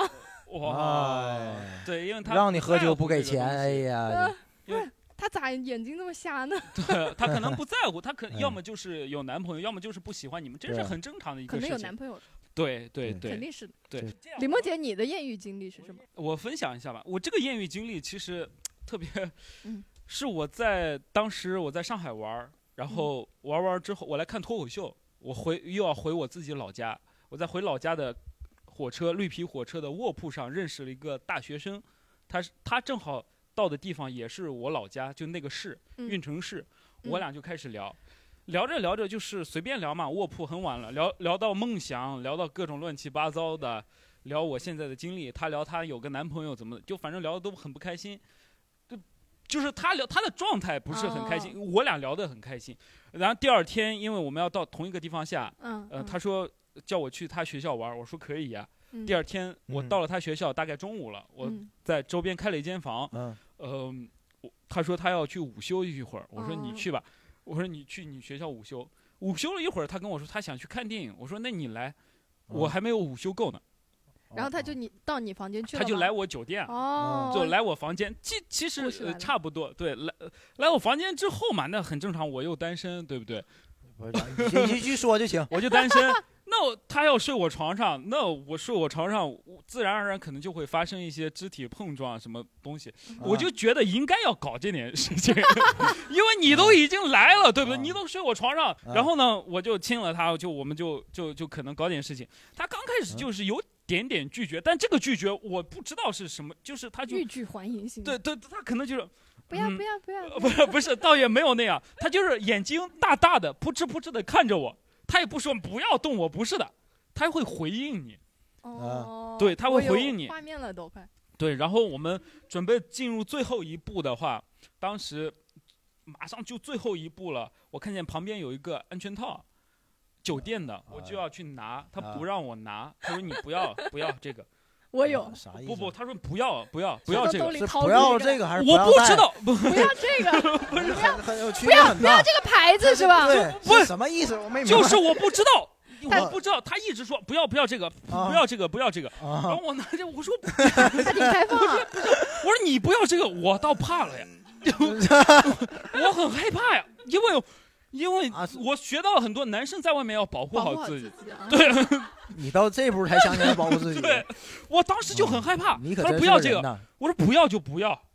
哇，对，因为他让你喝酒不给钱，哎呀， 因为他咋眼睛那么瞎呢？ 对，他可能不在乎，他可要么就是有男朋友，要么就是不喜欢你们，这是很正常的一个事情。 可能有男朋友。 对对对， 肯定是的。 对， 李梦洁，你的艳遇经历是什么？ 我分享一下吧，我这个艳遇经历其实特别， 嗯， 是我在当时我在上海玩，然后玩完之后我来看脱口秀，我回又要回我自己老家，我在回老家的火车绿皮火车的卧铺上认识了一个大学生，他是他正好到的地方也是我老家，就那个市运城市， 嗯、 我俩就开始聊。聊着聊着就是随便聊嘛，卧铺很晚了，聊聊到梦想，聊到各种乱七八糟的，聊我现在的经历，他聊他有个男朋友怎么，就反正聊的都很不开心，就就是他聊他的状态不是很开心，哦、我俩聊得很开心。然后第二天，因为我们要到同一个地方下， 嗯， 呃，他说叫我去他学校玩，我说可以呀、啊。 嗯、 第二天我到了他学校，大概中午了，我在周边开了一间房， 嗯， 呃，他说他要去午休一会儿，我说你去吧。哦，我说你去你学校午休，午休了一会儿，他跟我说他想去看电影。我说那你来，我还没有午休够呢。 然后他就你到你房间去了， 他就来我酒店， 哦， 就来我房间。其其实、呃、差不多，对，来来我房间之后嘛，那很正常，我又单身，对不对？ 你继续说就行， 我就单身。那他要睡我床上，那我睡我床上，自然而然可能就会发生一些肢体碰撞，什么东西，啊、我就觉得应该要搞这点事情，因为你都已经来了，对不对？啊、你都睡我床上，啊、然后呢，我就亲了他，就我们就就就可能搞点事情。他刚开始就是有点点拒绝，但这个拒绝我不知道是什么，就是他就欲拒还迎型。 对对，他可能就是。 不要不要不要！ 不是不是，倒也没有那样，他就是眼睛大大的，扑哧扑哧的看着我。他也不说不要动我，不是的，他会回应你。 哦， 对，他会回应你。 画面了都快。 对，然后我们准备进入最后一步的话，当时马上就最后一步了。我看见旁边有一个安全套，酒店的，我就要去拿，他不让我拿，他说你不要不要这个。 我有啥意思？ 不不，他说不要不要不要这个， 是不要这个还是我不知道？ 不要这个， 不是很很有区别，不要不要这个牌子是吧？ 对， 不是什么意思？我没明白。就是我不知道，我不知道，他一直说不要不要这个，不要这个不要这个。然后我拿着我说， 他挺开放啊。 我说你不要这个，我倒怕了呀，我很害怕呀，因为。因为我学到了很多，男生在外面要保护好自己。对， 你到这步才想起来保护自己。 对，我当时就很害怕。 你可他说不要这个，我说不要就不要。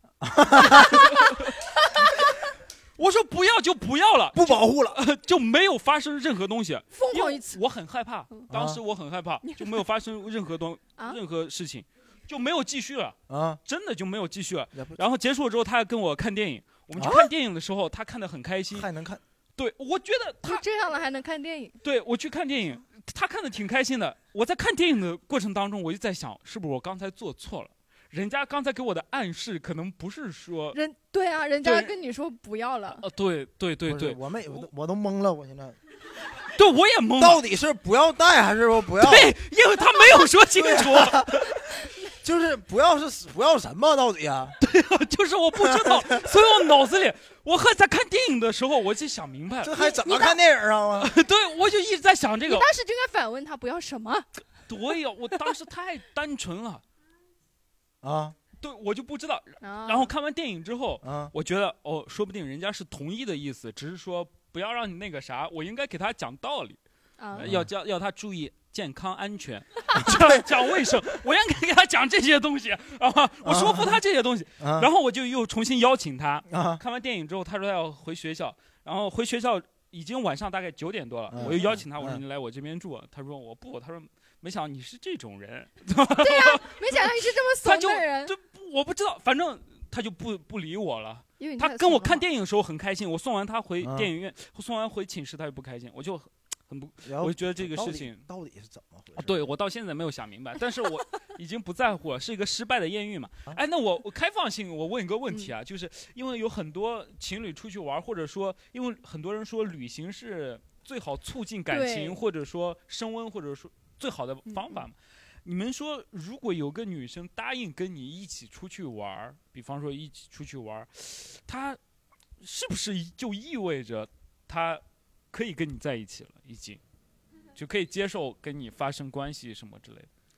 我说不要就不要了， 不保护了， 就没有发生任何东西。 疯狂一次， 我很害怕，当时我很害怕，就没有发生任何东任何事情，就没有继续了啊，真的就没有继续了。然后结束了之后，他还跟我看电影。我们去看电影的时候，他看得很开心， 还能看。 对，我觉得他这样了还能看电影。 对，我去看电影，他看得挺开心的。我在看电影的过程当中，我就在想，是不是我刚才做错了？人家刚才给我的暗示，可能不是说人对啊，人家跟你说不要了。 呃，对对对对， 我没，我都懵了，我现在。 对，我也懵了。 到底是不要带还是说不要？ 对，因为他没有说清楚。 就是不要是不要什么到底啊？ 对啊，就是我不知道，所以我脑子里，我还在看电影的时候，我就想明白了， 这还怎么看电影啊？ 对，我就一直在想这个。 你当时就应该反问他不要什么？ 对呀，我当时太单纯了啊！ 对，我就不知道。然后看完电影之后，啊、我觉得哦，说不定人家是同意的意思，只是说不要让你那个啥，我应该给他讲道理，啊、要叫要他注意。健康安全，讲讲卫生，我应该给他讲这些东西啊！我说服他这些东西，啊、然后我就又重新邀请他。啊、看完电影之后，他说要回学校，然后回学校已经晚上大概九点多了，啊、我又邀请他，我说你来我这边住，他说我不，他说没想到你是这种人。 对呀、啊，没想到你是这么怂的人。 就我不知道，反正他就不不理我了。他跟我看电影的时候很开心，我送完他回电影院，啊、送完回寝室他就不开心，我就。很不，我就觉得这个事情到底是怎么回事？ 啊，对我到现在没有想明白，但是我已经不在乎了，是一个失败的艳遇嘛。哎，那我我开放性，我问一个问题啊，嗯、就是因为有很多情侣出去玩，或者说，因为很多人说旅行是最好促进感情，或者说升温，或者说最好的方法嘛。嗯、你们说，如果有个女生答应跟你一起出去玩，比方说一起出去玩，她是不是就意味着她？可以跟你在一起了，已经就可以接受跟你发生关系什么之类的。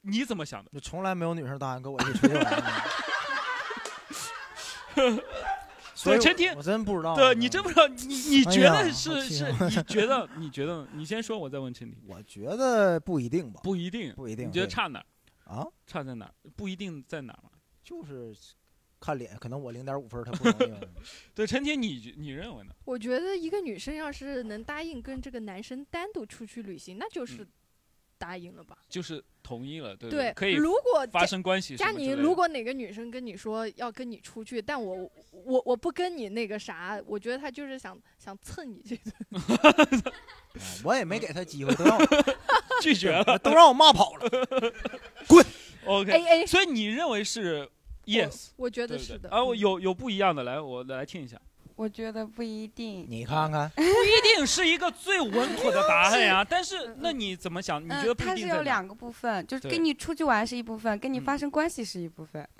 你怎么想的？ 就从来没有女生答应跟我一起出去玩。所以陈婷， 我真不知道。 对，你真不知道，你你觉得是、哎、是？你觉得？你觉得？你先说，我再问陈婷。 我觉得不一定吧。 不一定， 不一定。 你觉得差哪儿？ 啊？ 差在哪儿？不一定在哪儿嘛？ 就是看脸，可能我零点五分，他不能用。 对，陈婷，你你认为呢？ 我觉得一个女生要是能答应跟这个男生单独出去旅行，那就是答应了吧？ 嗯、就是同意了，对对， 可以。 如果发生关系， 佳妮，如果哪个女生跟你说要跟你出去，但我我我不跟你那个啥，我觉得她就是想想蹭你这顿。 我也没给她机会，都让我拒绝了， 都让我骂跑了，滚。 OK， A A， 所以你认为是 yes？ 我, 我觉得是的。 啊，我有有不一样的，来，我来听一下。 我觉得不一定。 你看看， 不一定是一个最稳妥的答案呀、啊。但是，那你怎么想？你觉得不一定？ 它是有两个部分，就是跟你出去玩是一部分，跟你发生关系是一部分。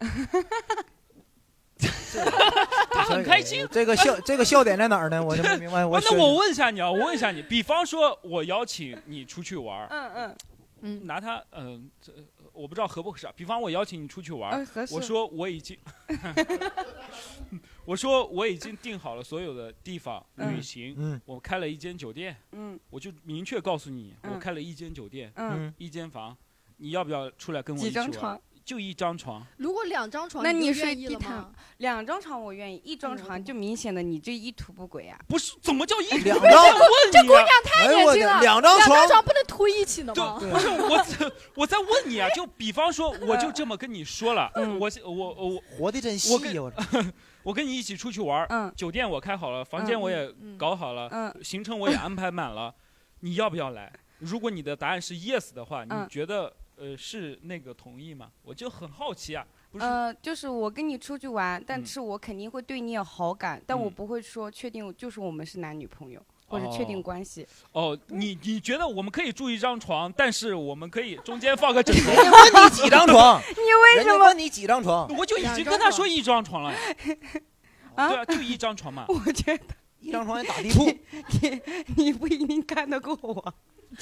他很开心。 这个笑，这个笑点在哪儿呢？我就不明白。我那我问一下你啊，我问一下你，比方说我邀请你出去玩， 嗯嗯嗯，拿他，嗯、呃，我不知道合不合适。比方我邀请你出去玩， 嗯、合适。 我说我已经，我说我已经订好了所有的地方、 嗯、 旅行， 嗯， 我开了一间酒店， 嗯， 我就明确告诉你， 嗯、 我开了一间酒店， 嗯， 一间房，你要不要出来跟我一起玩？ 几张床？ 就一张床。 如果两张床， 那你睡地毯？ 两张床我愿意，一张床就明显的你这意图不轨啊！ 不是，怎么叫一两张？ 这姑娘太年轻了， 哎、两张床，两张床不能涂一起的吗？ 不是我，我在问你啊，就比方说，我就这么跟你说了， 嗯、 我我我活得真细我跟我跟你一起出去玩， 嗯， 酒店我开好了，房间我也搞好了， 嗯， 行程我也安排满了，你要不要来？如果你的答案是 yes 的话，你觉得？呃，是那个同意吗？我就很好奇啊。不是， 呃，就是我跟你出去玩，但是我肯定会对你有好感，嗯、但我不会说确定就是我们是男女朋友、嗯、或者确定关系。 哦，你你觉得我们可以住一张床，但是我们可以中间放个枕头。 人家问你几张床？ 你为什么问你几张床？ 我就已经跟他说一张床了。 啊， 对啊，就一张床嘛。 我觉得一张床也打地铺， 你你不一定干得过我。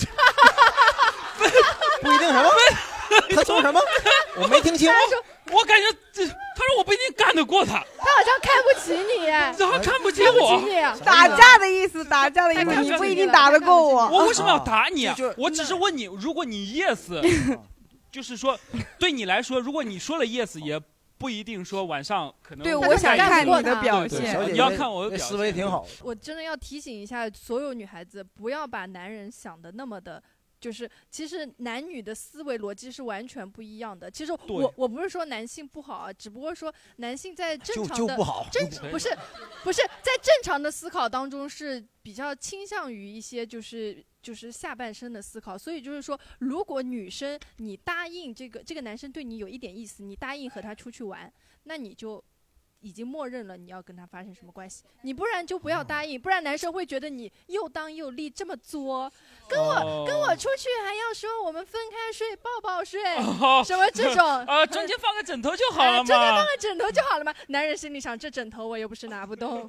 不一定什么？他说什么？我没听清。 他说，我感觉这，他说我不一定干得过他。 他好像看不起你， 他看不起我。 看不起你， 打架的意思，打架的意思，你不一定打得过我。 我为什么要打你啊？我只是问你，如果你 yes， 就是说，对你来说，如果你说了 yes， 也不一定说晚上可能。 对，我想看你的表现。 你要看我的表现。 思维挺好。 我真的要提醒一下所有女孩子，不要把男人想的那么的。就是其实男女的思维逻辑是完全不一样的。其实我我不是说男性不好啊，只不过说男性在正常的就就不好正不是不是在正常的思考当中是比较倾向于一些就是就是下半身的思考。所以就是说，如果女生你答应这个这个男生对你有一点意思，你答应和他出去玩，那你就已经默认了你要跟他发生什么关系，你不然就不要答应，不然男生会觉得你又当又立，这么作，跟我、哦、跟我出去还要说我们分开睡，抱抱睡，哦、什么这种啊、呃，中间放个枕头就好了嘛、呃， 中间放个枕头就好了嘛。男人心里想，这枕头我又不是拿不动，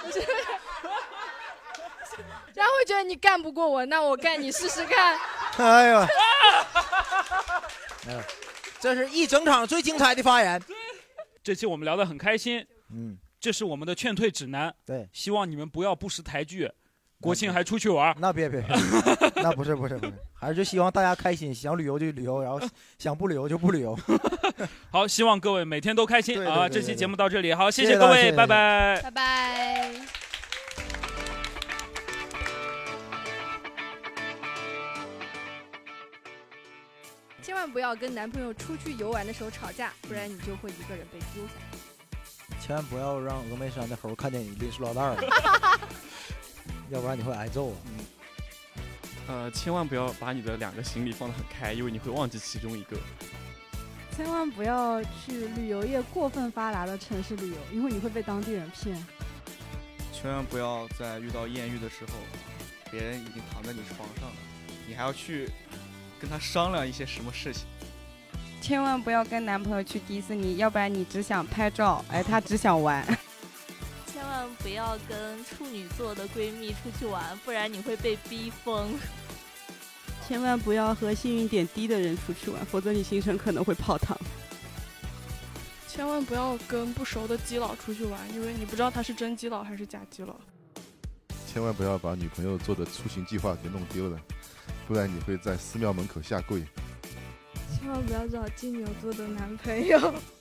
然后会觉得你干不过我，那我干你试试看。 哎呦，哎呦，这是一整场最精彩的发言。 这期我们聊得很开心， 嗯， 这是我们的劝退指南， 对， 希望你们不要不识抬举，国庆还出去玩， 那别别别，那不是不是不是，还是就希望大家开心，想旅游就旅游，然后想不旅游就不旅游。 好，希望各位每天都开心对对对对对啊！这期节目到这里，好，谢谢各位， 谢谢拜拜， 拜拜。千万不要跟男朋友出去游玩的时候吵架，不然你就会一个人被丢下来。 千万不要让峨眉山的猴看见你拎塑料袋了，要不然你会挨揍啊。 嗯。呃，千万不要把你的两个行李放得很开，因为你会忘记其中一个。 千万不要去旅游业过分发达的城市旅游，因为你会被当地人骗。 千万不要在遇到艳遇的时候，别人已经躺在你床上了，你还要去跟他商量一些什么事情。 千万不要跟男朋友去迪士尼，要不然你只想拍照，而他只想玩。 千万不要跟处女座的闺蜜出去玩，不然你会被逼疯。 千万不要和幸运点低的人出去玩，否则你行程可能会泡汤。 千万不要跟不熟的基佬出去玩，因为你不知道他是真基佬还是假基佬。 千万不要把女朋友做的出行计划给弄丢了，不然你会在寺庙门口下跪。 千万不要找金牛座的男朋友。